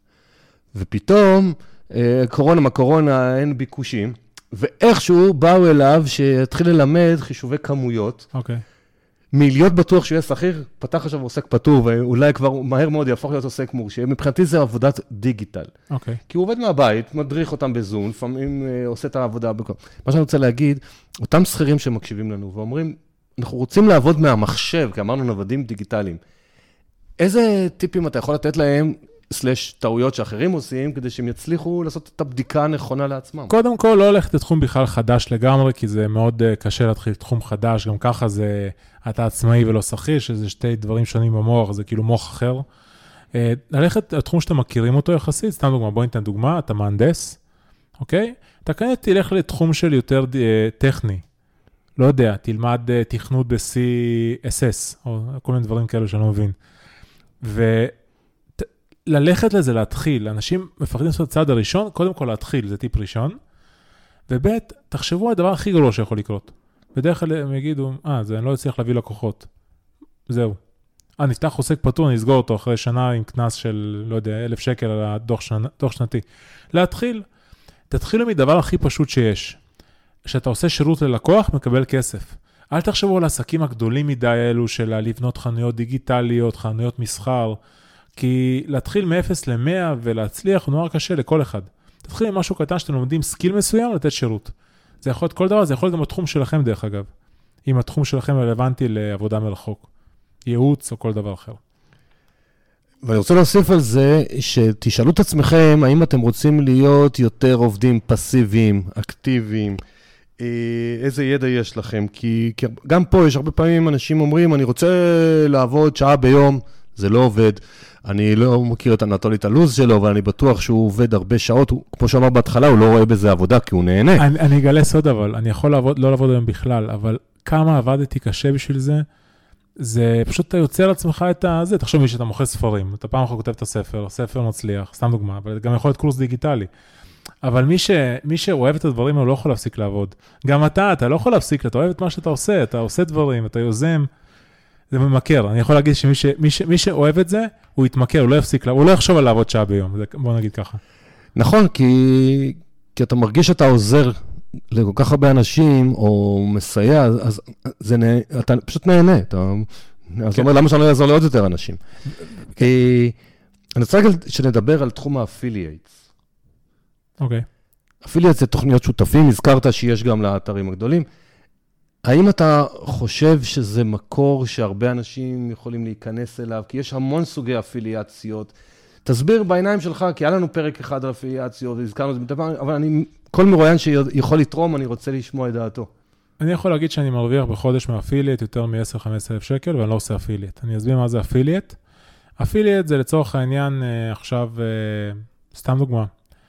ופתאום, קורונה מהקורונה אין ביקושים, ואיכשהו באו אליו שיתחיל ללמד חישובי כמויות, אוקיי. מלהיות בטוח שהוא יהיה שכיר, פתח עכשיו עוסק פטור, ואולי כבר מהר מאוד יהפוך להיות עוסק מורשה. מבחינתי זה עבודת דיגיטל. אוקיי. כי הוא עובד מהבית, מדריך אותם בזום, לפעמים עושה את העבודה בכל. מה שאני רוצה להגיד, אותם שכירים שמקשיבים לנו ואומרים, אנחנו רוצים לעבוד מהמחשב, כי אמרנו נוודים דיגיטליים. איזה טיפים אתה יכול לתת להם, סלש טעויות שאחרים עושים, כדי שהם יצליחו לעשות את הבדיקה הנכונה לעצמם? קודם כל, לא הולך לתחום בכלל חדש לגמרי, כי זה מאוד קשה להתחיל תחום חדש, גם ככה זה, אתה עצמאי ולא שכיר, שזה שתי דברים שונים במוח, זה כאילו מוח אחר. ללכת לתחום שאתם מכירים אותו יחסית, סתם דוגמה, בוא ניתן דוגמה, אתה מהנדס, אוקיי? אתה כנראה תלך לתחום של יותר טכני, לא יודע, תלמד תכנות ב-סי אס אס, או כל מיני דברים כאלו שאני לא מבין. ו... ללכת לזה, להתחיל. אנשים מפחדים לעשות את הצעד הראשון, קודם כל להתחיל, זה טיפ ראשון. ובית, תחשבו על הדבר הכי גרוע שיכול לקרות. בדרך כלל הם יגידו, אה, זה אני לא אצליח להביא לקוחות. זהו. אה, נפתח עוסק פטור, נסגור אותו אחרי שנה עם כנס של, לא יודע, אלף שקל על הדוח שנה, דוח שנתי. להתחיל. תתחילו מדבר הכי פשוט שיש. כשאתה עושה שירות ללקוח, מקבל כסף. אל תחשבו על העסקים הגדולים מדי האלו של לבנות חנויות דיגיטליות, חנויות מסחר, כי להתחיל מ-אפס ל-מאה ולהצליח הוא נורא קשה לכל אחד. תתחיל עם משהו קטן שאתם לומדים סקיל מסוים לתת שירות. זה יכול להיות כל דבר, זה יכול להיות גם התחום שלכם דרך אגב. אם התחום שלכם רלוונטי לעבודה מרחוק. ייעוץ או כל דבר אחר. ואני רוצה להוסיף על זה, שתשאלו את עצמכם, האם אתם רוצים להיות יותר עובדים פסיביים, אקטיביים, איזה ידע יש לכם, כי, כי גם פה יש הרבה פעמים אנשים אומרים, אני רוצה לעבוד שעה ביום, זה לא עובד, אני לא מכיר את אנטולי את הלוז שלו, אבל אני בטוח שהוא עובד הרבה שעות, הוא, כמו שאמר בהתחלה, הוא לא רואה בזה עבודה, כי הוא נהנה. אני, אני אגלה סוד אבל, אני יכול לעבוד, לא לעבוד היום בכלל, אבל כמה עבדתי קשה בשביל זה, זה פשוט אתה יוצר לעצמך את זה, תחשוב מי שאתה מוכר ספרים, אתה פעם אחת כותב את הספר, ספר מצליח, סתם דוגמה, אבל גם יכול להיות קורס דיגיטלי. אבל מי, ש, מי שאוהב את הדברים, הוא לא יכול להפסיק לעבוד. גם אתה, אתה לא יכול להפסיק, אתה אוהב את מה שאתה עושה, אתה עושה דברים, אתה יוזם, זה ממכר. אני יכול להגיד שמי ש, מי ש, מי שאוהב את זה, הוא יתמכר, הוא לא יפסיק, הוא לא יחשוב על לעבוד שעה ביום, זה, בוא נגיד ככה. נכון, כי, כי אתה מרגיש שאתה עוזר לכל כך הרבה אנשים, או מסייע, אז זה נה, אתה פשוט נהנה, אתה, אז אומר, למה שאני לא יעזור לעוד יותר אנשים? כי אני רוצה להגיד שנדבר על תחום האפילייטס. אוקיי. אפילייטס זה תוכניות שותפים, הזכרת שיש גם לאתרים הגדולים. האם אתה חושב שזה מקור שהרבה אנשים יכולים להיכנס אליו? כי יש המון סוגי אפילייציות. תסביר בעיניים שלך, כי היה לנו פרק אחד על אפילייציות, והזכרנו את זה מדבר, אבל אני, כל מרואיין שיכול לתרום, אני רוצה לשמוע את דעתו. אני יכול להגיד שאני מרוויח בחודש מאפילייט יותר מ-עשר עד חמש עשרה אלף שקל, ואני לא עושה אפילייט. אני אסביר מה זה אפילייט. אפילייט זה לצורך העניין, עכשיו, סתם דוגמה,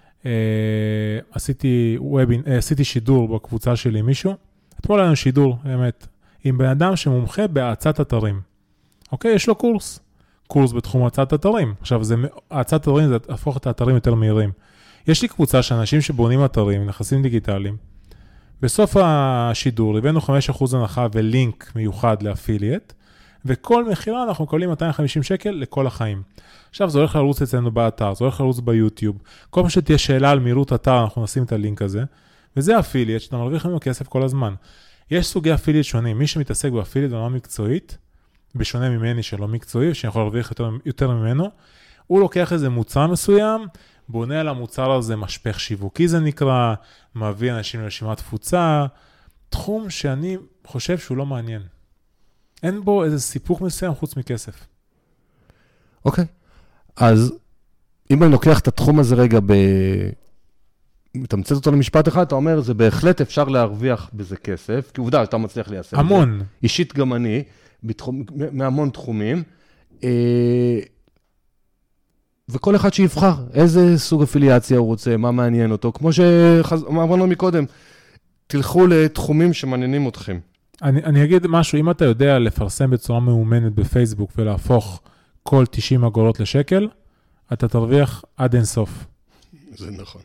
עשיתי, וובינ, עשיתי שידור בקבוצה שלי עם מישהו, אתמול היה לנו שידור, באמת, עם בן אדם שמומחה בהאצת אתרים. אוקיי, יש לו קורס. קורס בתחום האצת אתרים. עכשיו, זה, האצת אתרים זה הפוך את האתרים יותר מהירים. יש לי קבוצה של אנשים שבונים אתרים, נכסים דיגיטליים. בסוף השידור, הבאנו חמישה אחוז הנחה ולינק מיוחד לאפילייט, וכל מחירה אנחנו מקבלים מאתיים וחמישים שקל לכל החיים. עכשיו, זה הולך לרוץ אצלנו באתר, זה הולך לרוץ ביוטיוב. כל פעם שתהיה שאלה על מהירות אתר, אנחנו נשים את הלינק הזה. וזה אפילייט, שאתה מרוויח לנו כסף כל הזמן. יש סוגי אפילייט שונים. מי שמתעסק באפילייט ברמה מקצועית, בשונה ממני שלא מקצועי, שאני יכול להרוויח יותר, יותר ממנו, הוא לוקח איזה מוצר מסוים, בונה על המוצר הזה משפך שיווקי זה נקרא, מביא אנשים לרשימת תפוצה, תחום שאני חושב שהוא לא מעניין. אין בו איזה סיפוק מסוים חוץ מכסף. אוקיי. אז אם אני לוקח את התחום הזה רגע ב... מתמצאת אותו למשפט אחד, אתה אומר, זה בהחלט אפשר להרוויח בזה כסף, כי עובדה, אתה מצליח ליישם. המון. זה. אישית גם אני, בתחום, מהמון תחומים, וכל אחד שיבחר, איזה סוג אפיליאציה הוא רוצה, מה מעניין אותו, כמו שאמרנו מקודם, תלכו לתחומים שמעניינים אתכם. אני, אני אגיד משהו, אם אתה יודע לפרסם בצורה מאומנת בפייסבוק, ולהפוך כל תשעים אגורות לשקל, אתה תרוויח עד אין סוף. זה נכון.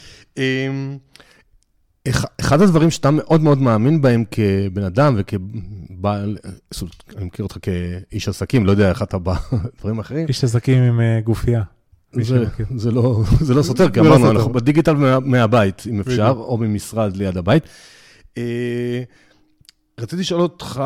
אחד הדברים שאתה מאוד מאוד מאמין בהם כבן אדם וכבעל, אני מכיר אותך כאיש עסקים, לא יודע איך אתה בדברים אחרים. איש עסקים עם גופייה. זה לא סותר, כי אמרנו, אנחנו בדיגיטל מהבית, אם אפשר, או ממשרד ליד הבית. רציתי לשאול אותך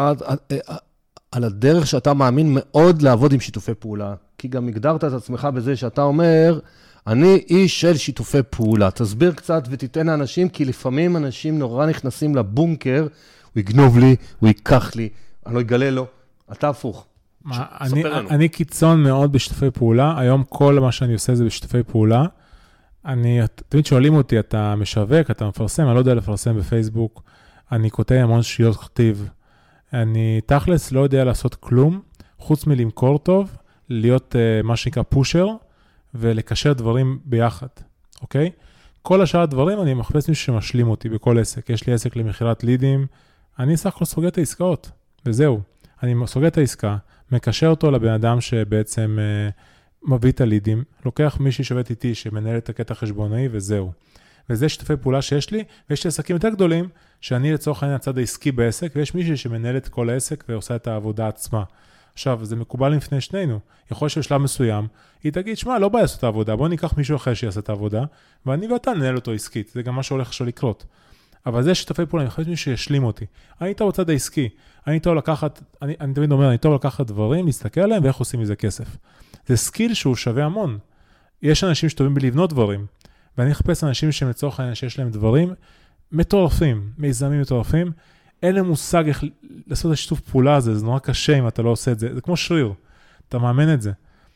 על הדרך שאתה מאמין מאוד לעבוד עם שיתופי פעולה, כי גם הגדרת את עצמך בזה שאתה אומר, אני איש של שיתופי פעולה. תסביר קצת ותיתן לאנשים, כי לפעמים אנשים נורא נכנסים לבונקר, הוא יגנוב לי, הוא ייקח לי, אני לא אגלה לו, אתה הפוך. מה, אני, אני קיצון מאוד בשיתופי פעולה, היום כל מה שאני עושה זה בשיתופי פעולה. אני, תמיד שואלים אותי, אתה משווק, אתה מפרסם, אני לא יודע לפרסם בפייסבוק, אני כותב המון שיות כתיב, אני תכלס לא יודע לעשות כלום, חוץ מלמכור טוב, להיות uh, מה שנקרא פושר, ולקשר דברים ביחד, אוקיי? כל השאר הדברים אני מחפש מישהו שמשלים אותי בכל עסק. יש לי עסק למחירת לידים, אני סך הכל סוגר את העסקאות, וזהו. אני סוגר את העסקה, מקשר אותו לבן אדם שבעצם אה, מביא את הלידים, לוקח מישהי שעובד איתי שמנהל את הקטע החשבונאי, וזהו. וזה שיתופי פעולה שיש לי, ויש לי עסקים יותר גדולים, שאני לצורך העניין הצד העסקי בעסק, ויש מישהי שמנהל את כל העסק ועושה את העבודה עצמה. עכשיו, זה מקובל לפני שנינו. יכול שבשלב מסוים, היא תגיד, שמה, לא בא לעשות את העבודה, בוא ניקח מישהו אחר שיעשה את העבודה, ואני ואתה ננהל אותו עסקית. זה גם מה שהולך עכשיו לקרות. אבל זה שיתופי פעולה, אני חושב מישהו שישלים אותי. אני טוב בצד העסקי. אני טוב לקחת, אני, אני תמיד אומר, אני טוב לקחת דברים, להסתכל עליהם, ואיך עושים מזה כסף. זה סקיל שהוא שווה המון. יש אנשים שטובים בלבנות דברים, ואני אחפש אנשים שהם לצורך העניין שיש להם דברים מטורפים, מיזמים מטורפים, אין להם מושג איך לעשות את השיתוף פעולה הזה, זה נורא קשה אם אתה לא עושה את זה, זה כמו שריר, אתה מאמן את זה.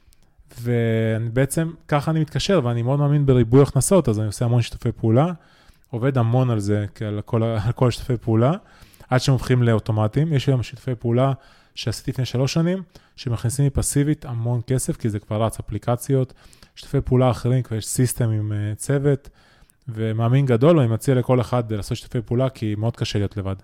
ובעצם ככה אני מתקשר, ואני מאוד מאמין בריבוי הכנסות, אז אני עושה המון שיתופי פעולה, עובד המון על זה, על כל, על כל שיתופי פעולה, עד שמופכים לאוטומטים. יש היום שיתופי פעולה שעשיתי לפני שלוש שנים, שמכניסים לי פסיבית המון כסף, כי זה כבר רץ אפליקציות, שיתופי פעולה אחרים, כבר יש סיסטם עם צוות, ומאמין גדול, ואני מציע לכל אחד לעשות שיתופי פעולה, כי מאוד קשה להיות לבד.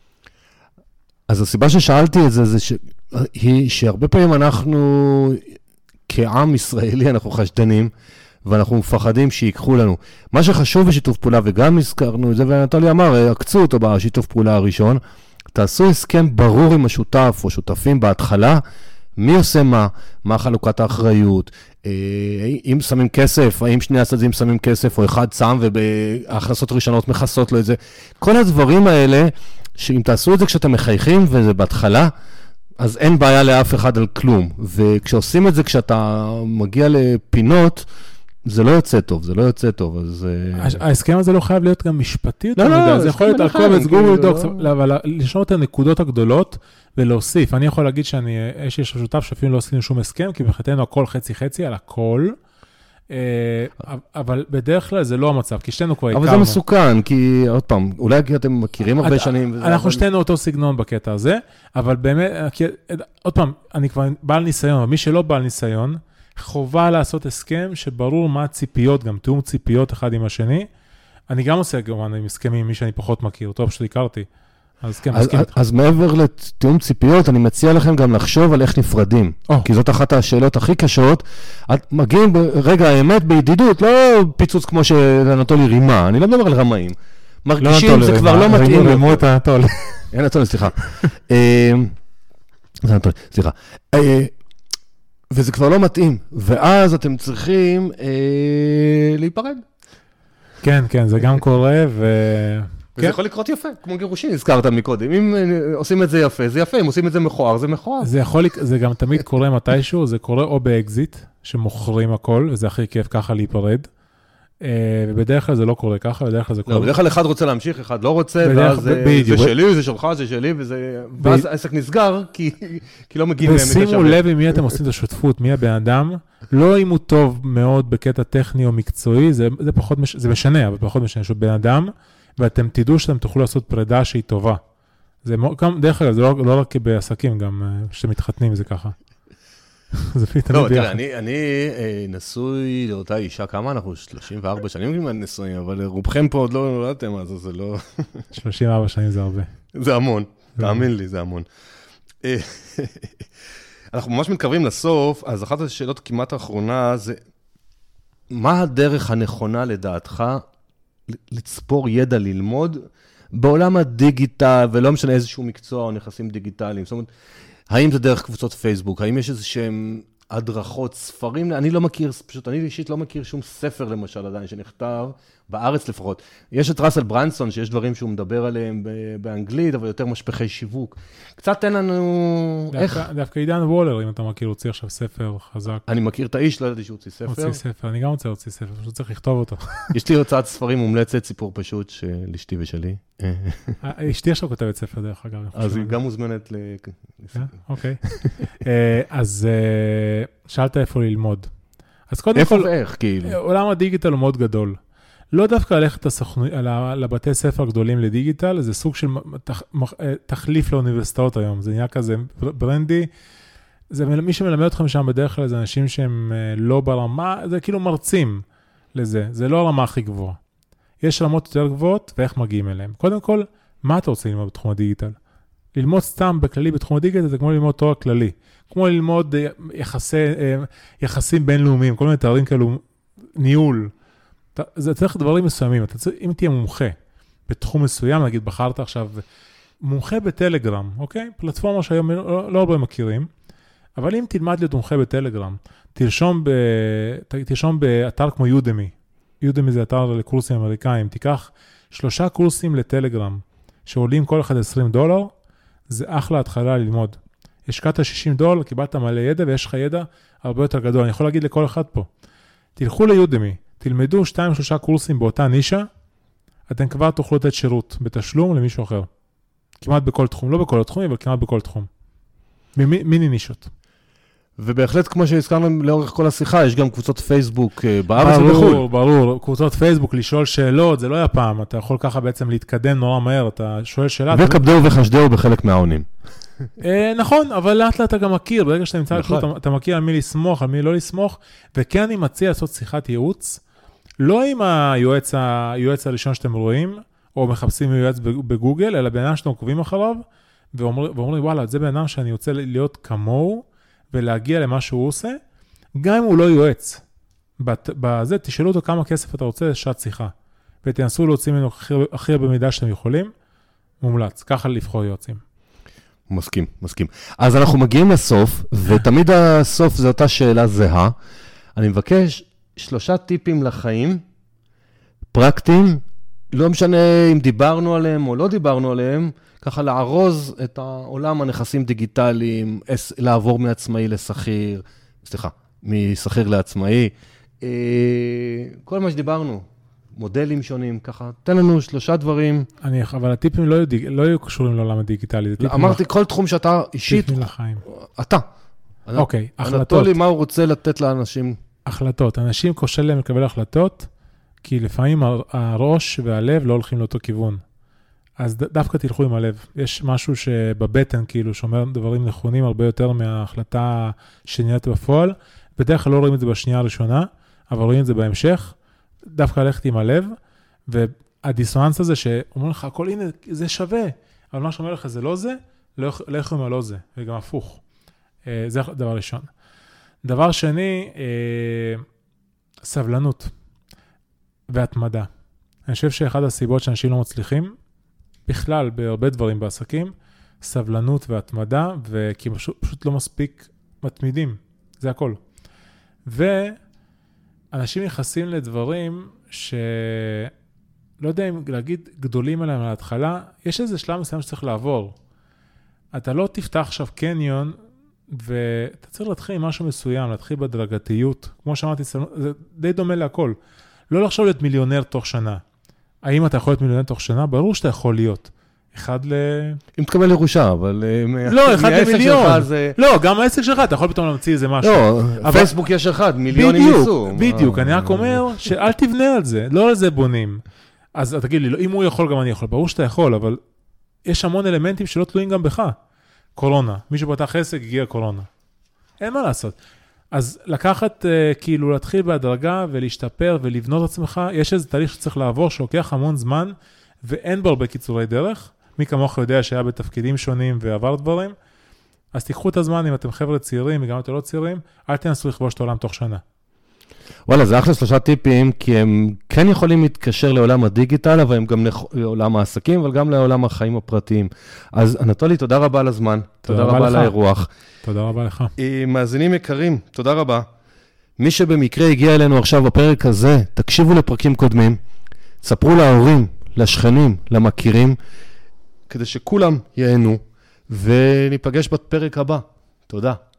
אז הסיבה ששאלתי את זה, זה ש... היא שהרבה פעמים אנחנו, כעם ישראלי, אנחנו חשדנים, ואנחנו מפחדים שיקחו לנו. מה שחשוב בשיתוף פעולה, וגם הזכרנו את זה, ואנטולי אמר, הקצו אותו בשיתוף פעולה הראשון, תעשו הסכם ברור עם השותף או שותפים בהתחלה, מי עושה מה, מה חלוקת האחריות, אם שמים כסף, האם שני הצדדים שמים כסף, או אחד שם ובהכנסות ראשונות מכסות לו את זה. כל הדברים האלה, שאם תעשו את זה כשאתם מחייכים וזה בהתחלה, אז אין בעיה לאף אחד על כלום. וכשעושים את זה, כשאתה מגיע לפינות, זה לא יוצא טוב, זה לא יוצא טוב, אז... ההסכם הזה לא חייב להיות גם משפטי, לא, לא, זה יכול להיות על קובץ גוגל דוקס, אבל לשנות את הנקודות הגדולות ולהוסיף. אני יכול להגיד שאני, יש לי שותף שאפילו לא עשינו שום הסכם, כי מבחינתנו הכל חצי חצי על הכל, אבל בדרך כלל זה לא המצב, כי שתינו כבר הכרנו. אבל זה מסוכן, כי עוד פעם, אולי כי אתם מכירים הרבה שנים. אנחנו שתינו אותו סגנון בקטע הזה, אבל באמת, עוד פעם, אני כבר בעל ניסיון, אבל מי שלא בעל ניסיון, חובה לעשות הסכם שברור מה הציפיות, גם תיאום ציפיות אחד עם השני. אני גם עושה כמובן עם הסכמים עם מי שאני פחות מכיר, טוב פשוט הכרתי. אז כן, מסכים איתך. אז מעבר לתיאום ציפיות, אני מציע לכם גם לחשוב על איך נפרדים. כי זאת אחת השאלות הכי קשות. מגיעים ברגע האמת בידידות, לא פיצוץ כמו שאנטולי רימה, אני לא מדבר על רמאים. מרגישים, זה כבר לא מתאים. רימו את אנטולי. אנטולי, סליחה. זה אנטולי, סליחה. וזה כבר לא מתאים, ואז אתם צריכים אה, להיפרד. כן, כן, זה גם קורה, ו... וזה כן. יכול לקרות יפה, כמו גירושין, הזכרת מקודם. אם עושים את זה יפה, זה יפה, אם עושים את זה מכוער, זה מכוער. זה יכול, זה גם תמיד קורה מתישהו, זה קורה או באקזיט, שמוכרים הכל, וזה הכי כיף ככה להיפרד. ובדרך כלל זה לא קורה ככה, בדרך כלל זה קורה... לא, בדרך כלל אחד רוצה להמשיך, אחד לא רוצה, ואז זה שלי, זה שלך, זה שלי, ואז העסק נסגר, כי לא מגיעים מהם את השווה. ושימו לב עם מי אתם עושים את השותפות, מי הבן אדם, לא אם הוא טוב מאוד בקטע טכני או מקצועי, זה פחות, זה משנה, אבל פחות משנה, שהוא בן אדם, ואתם תדעו שאתם תוכלו לעשות פרידה שהיא טובה. זה דרך כלל, זה לא רק בעסקים, גם שאתם מתחתנים, זה ככה. לא, תראה, אני נשוי לאותה אישה, כמה אנחנו? שלושים וארבע שנים נשואים, אבל רובכם פה עוד לא נולדתם, אז זה לא... שלושים וארבע שנים זה הרבה. זה המון, תאמין לי, זה המון. אנחנו ממש מתקרבים לסוף, אז אחת השאלות כמעט האחרונה זה, מה הדרך הנכונה לדעתך לצפור ידע ללמוד בעולם הדיגיטל, ולא משנה איזשהו מקצוע או נכסים דיגיטליים? זאת אומרת, האם זה דרך קבוצות פייסבוק? האם יש איזשהם הדרכות, ספרים? אני לא מכיר, פשוט אני אישית לא מכיר שום ספר למשל עדיין שנכתב, בארץ לפחות. יש את ראסל ברנסון, שיש דברים שהוא מדבר עליהם באנגלית, אבל יותר משפחי שיווק. קצת תן לנו... איך? דווקא עידן וולר, אם אתה מכיר, הוציא עכשיו ספר חזק. אני מכיר את האיש, לא ידעתי שהוא הוציא ספר. הוציא ספר, אני גם רוצה להוציא ספר, פשוט צריך לכתוב אותו. יש לי הוצאת ספרים מומלצת, סיפור פשוט של אשתי ושלי. אשתי עכשיו כותבת ספר דרך אגב. אז היא גם מוזמנת ל... אוקיי. אז שאלת איפה ללמוד. איפה ואיך, כאילו? עולם הדיגיטל הוא מאוד גדול. לא דווקא ללכת לבתי ספר גדולים לדיגיטל, זה סוג של תחליף לאוניברסיטאות היום. זה נהיה כזה ברנדי. מי שמלמד אתכם שם בדרך כלל זה אנשים שהם לא ברמה, זה כאילו מרצים לזה. זה לא הרמה הכי גבוהה. יש רמות יותר גבוהות, ואיך מגיעים אליהם. קודם כל, מה אתה רוצה ללמוד בתחום הדיגיטל? ללמוד סתם בכללי בתחום הדיגיטל, זה כמו ללמוד תואר כללי. כמו ללמוד יחסי, יחסים בינלאומיים, כל מיני תארים כאלו, ניהול. זה צריך דברים מסוימים. אתה צריך, אם תהיה מומחה בתחום מסוים, נגיד בחרת עכשיו, מומחה בטלגרם, אוקיי? פלטפורמה שהיום לא, לא הרבה מכירים, אבל אם תלמד להיות מומחה בטלגרם, תרשום, ב, תרשום באתר כמו יודמי. יודמי זה אתר לקורסים אמריקאים. תיקח שלושה קורסים לטלגרם, שעולים כל אחד עשרים דולר, זה אחלה התחלה ללמוד. השקעת שישים דולר, קיבלת מלא ידע, ויש לך ידע הרבה יותר גדול. אני יכול להגיד לכל אחד פה, תלכו ליודמי, תלמדו שתיים, שלושה קורסים באותה נישה, אתם כבר תוכלו לתת שירות בתשלום למישהו אחר. כמעט בכל תחום, לא בכל התחומים, אבל כמעט בכל תחום. מיני נישות. ובהחלט, כמו שהזכרנו לאורך כל השיחה, יש גם קבוצות פייסבוק בארץ ובחו"ל. ברור, ברור. קבוצות פייסבוק, לשאול שאלות, זה לא היה פעם. אתה יכול ככה בעצם להתקדם נורא מהר, אתה שואל שאלה. וכבדהו וחשדהו בחלק מהעונים. נכון, אבל לאט לאט אתה גם מכיר, ברגע שאתה נמצא לכלום, אתה מכיר על מי לסמוך, על מי לא לסמוך, וכן אני מציע לעשות שיחת ייעוץ, לא עם היועץ, היועץ הראשון שאתם רואים, או מחפשים יועץ בגוגל, אלא בן אדם שאתם עוקבים אחריו, ואומרים לי, וואלה, זה בן אדם שאני רוצה להיות כמוהו, ולהגיע למה שהוא עושה, גם אם הוא לא יועץ. בזה, תשאלו אותו כמה כסף אתה רוצה לשעת שיחה, ותנסו להוציא ממנו הכי הרבה מידע שאתם יכולים, מומלץ, ככה לבחור יועצים. מסכים, מסכים. אז אנחנו מגיעים לסוף, ותמיד הסוף זו אותה שאלה זהה. אני מבקש שלושה טיפים לחיים, פרקטיים, לא משנה אם דיברנו עליהם או לא דיברנו עליהם, ככה לערוז את העולם הנכסים דיגיטליים, לעבור מעצמאי לשכיר, סליחה, משכיר לעצמאי, כל מה שדיברנו, מודלים שונים, ככה, תן לנו שלושה דברים. אני, אבל הטיפים לא, יהיו, לא יהיו קשורים לעולם הדיגיטלי. אמרתי, לח... כל תחום שאתה אישית, טיפים לחיים. אתה. אוקיי, החלטות. אנטולי, מה הוא רוצה לתת לאנשים? החלטות. אנשים קשה להם לקבל החלטות, כי לפעמים הראש והלב לא הולכים לאותו כיוון. אז דווקא תלכו עם הלב. יש משהו שבבטן, כאילו, שאומר דברים נכונים הרבה יותר מההחלטה שנהיית בפועל. בדרך כלל לא רואים את זה בשנייה הראשונה, אבל רואים את זה בהמשך. דווקא ללכת עם הלב, והדיסוננס הזה שאומר לך, הכל הנה, זה שווה. אבל מה שאומר לך, זה לא זה, לכו עם הלא זה, וגם הפוך. זה דבר ראשון. דבר שני, סבלנות והתמדה. אני חושב שאחד הסיבות שאנשים לא מצליחים, בכלל, בהרבה דברים בעסקים, סבלנות והתמדה, וכי פשוט, פשוט לא מספיק מתמידים. זה הכל. ואנשים נכנסים לדברים ש... לא יודע אם להגיד גדולים עליהם על ההתחלה, יש איזה שלב מסוים שצריך לעבור. אתה לא תפתח עכשיו קניון, ואתה צריך להתחיל עם משהו מסוים, להתחיל בדרגתיות. כמו שאמרתי, זה די דומה להכל. לא לחשוב להיות מיליונר תוך שנה. האם אתה יכול להיות מיליונר תוך שנה? ברור שאתה יכול להיות. אחד ל... אם תקבל ירושה, אבל... לא, אחד למיליון. לא, גם העסק שלך, אתה יכול פתאום להמציא איזה משהו. לא, פייסבוק יש אחד, מיליונים ניסו. בדיוק, אני רק אומר שאל תבנה על זה, לא על זה בונים. אז תגיד לי, אם הוא יכול, גם אני יכול. ברור שאתה יכול, אבל יש המון אלמנטים שלא תלויים גם בך. קורונה. מישהו פתח עסק, הגיע קורונה. אין מה לעשות. אז לקחת, כאילו, להתחיל בהדרגה ולהשתפר ולבנות עצמך, יש איזה תהליך שצריך לעבור, שלוקח המון זמן, ואין בו הרבה קיצורי דרך. מי כמוך יודע שהיה בתפקידים שונים ועבר דברים. אז תיקחו את הזמן, אם אתם חבר'ה צעירים, וגם אתם לא צעירים, אל תנסו לכבוש את העולם תוך שנה. וואלה, זה אחלה שלושה טיפים, כי הם כן יכולים להתקשר לעולם הדיגיטל, אבל הם גם לעולם העסקים, אבל גם לעולם החיים הפרטיים. אז אנטולי, תודה רבה על הזמן. תודה רבה על האירוח. תודה רבה לך. מאזינים יקרים, תודה רבה. מי שבמקרה הגיע אלינו עכשיו בפרק הזה, תקשיבו לפרקים קודמים, ספרו להורים, לשכנים, למכירים, כדי שכולם ייהנו, וניפגש בפרק הבא. תודה.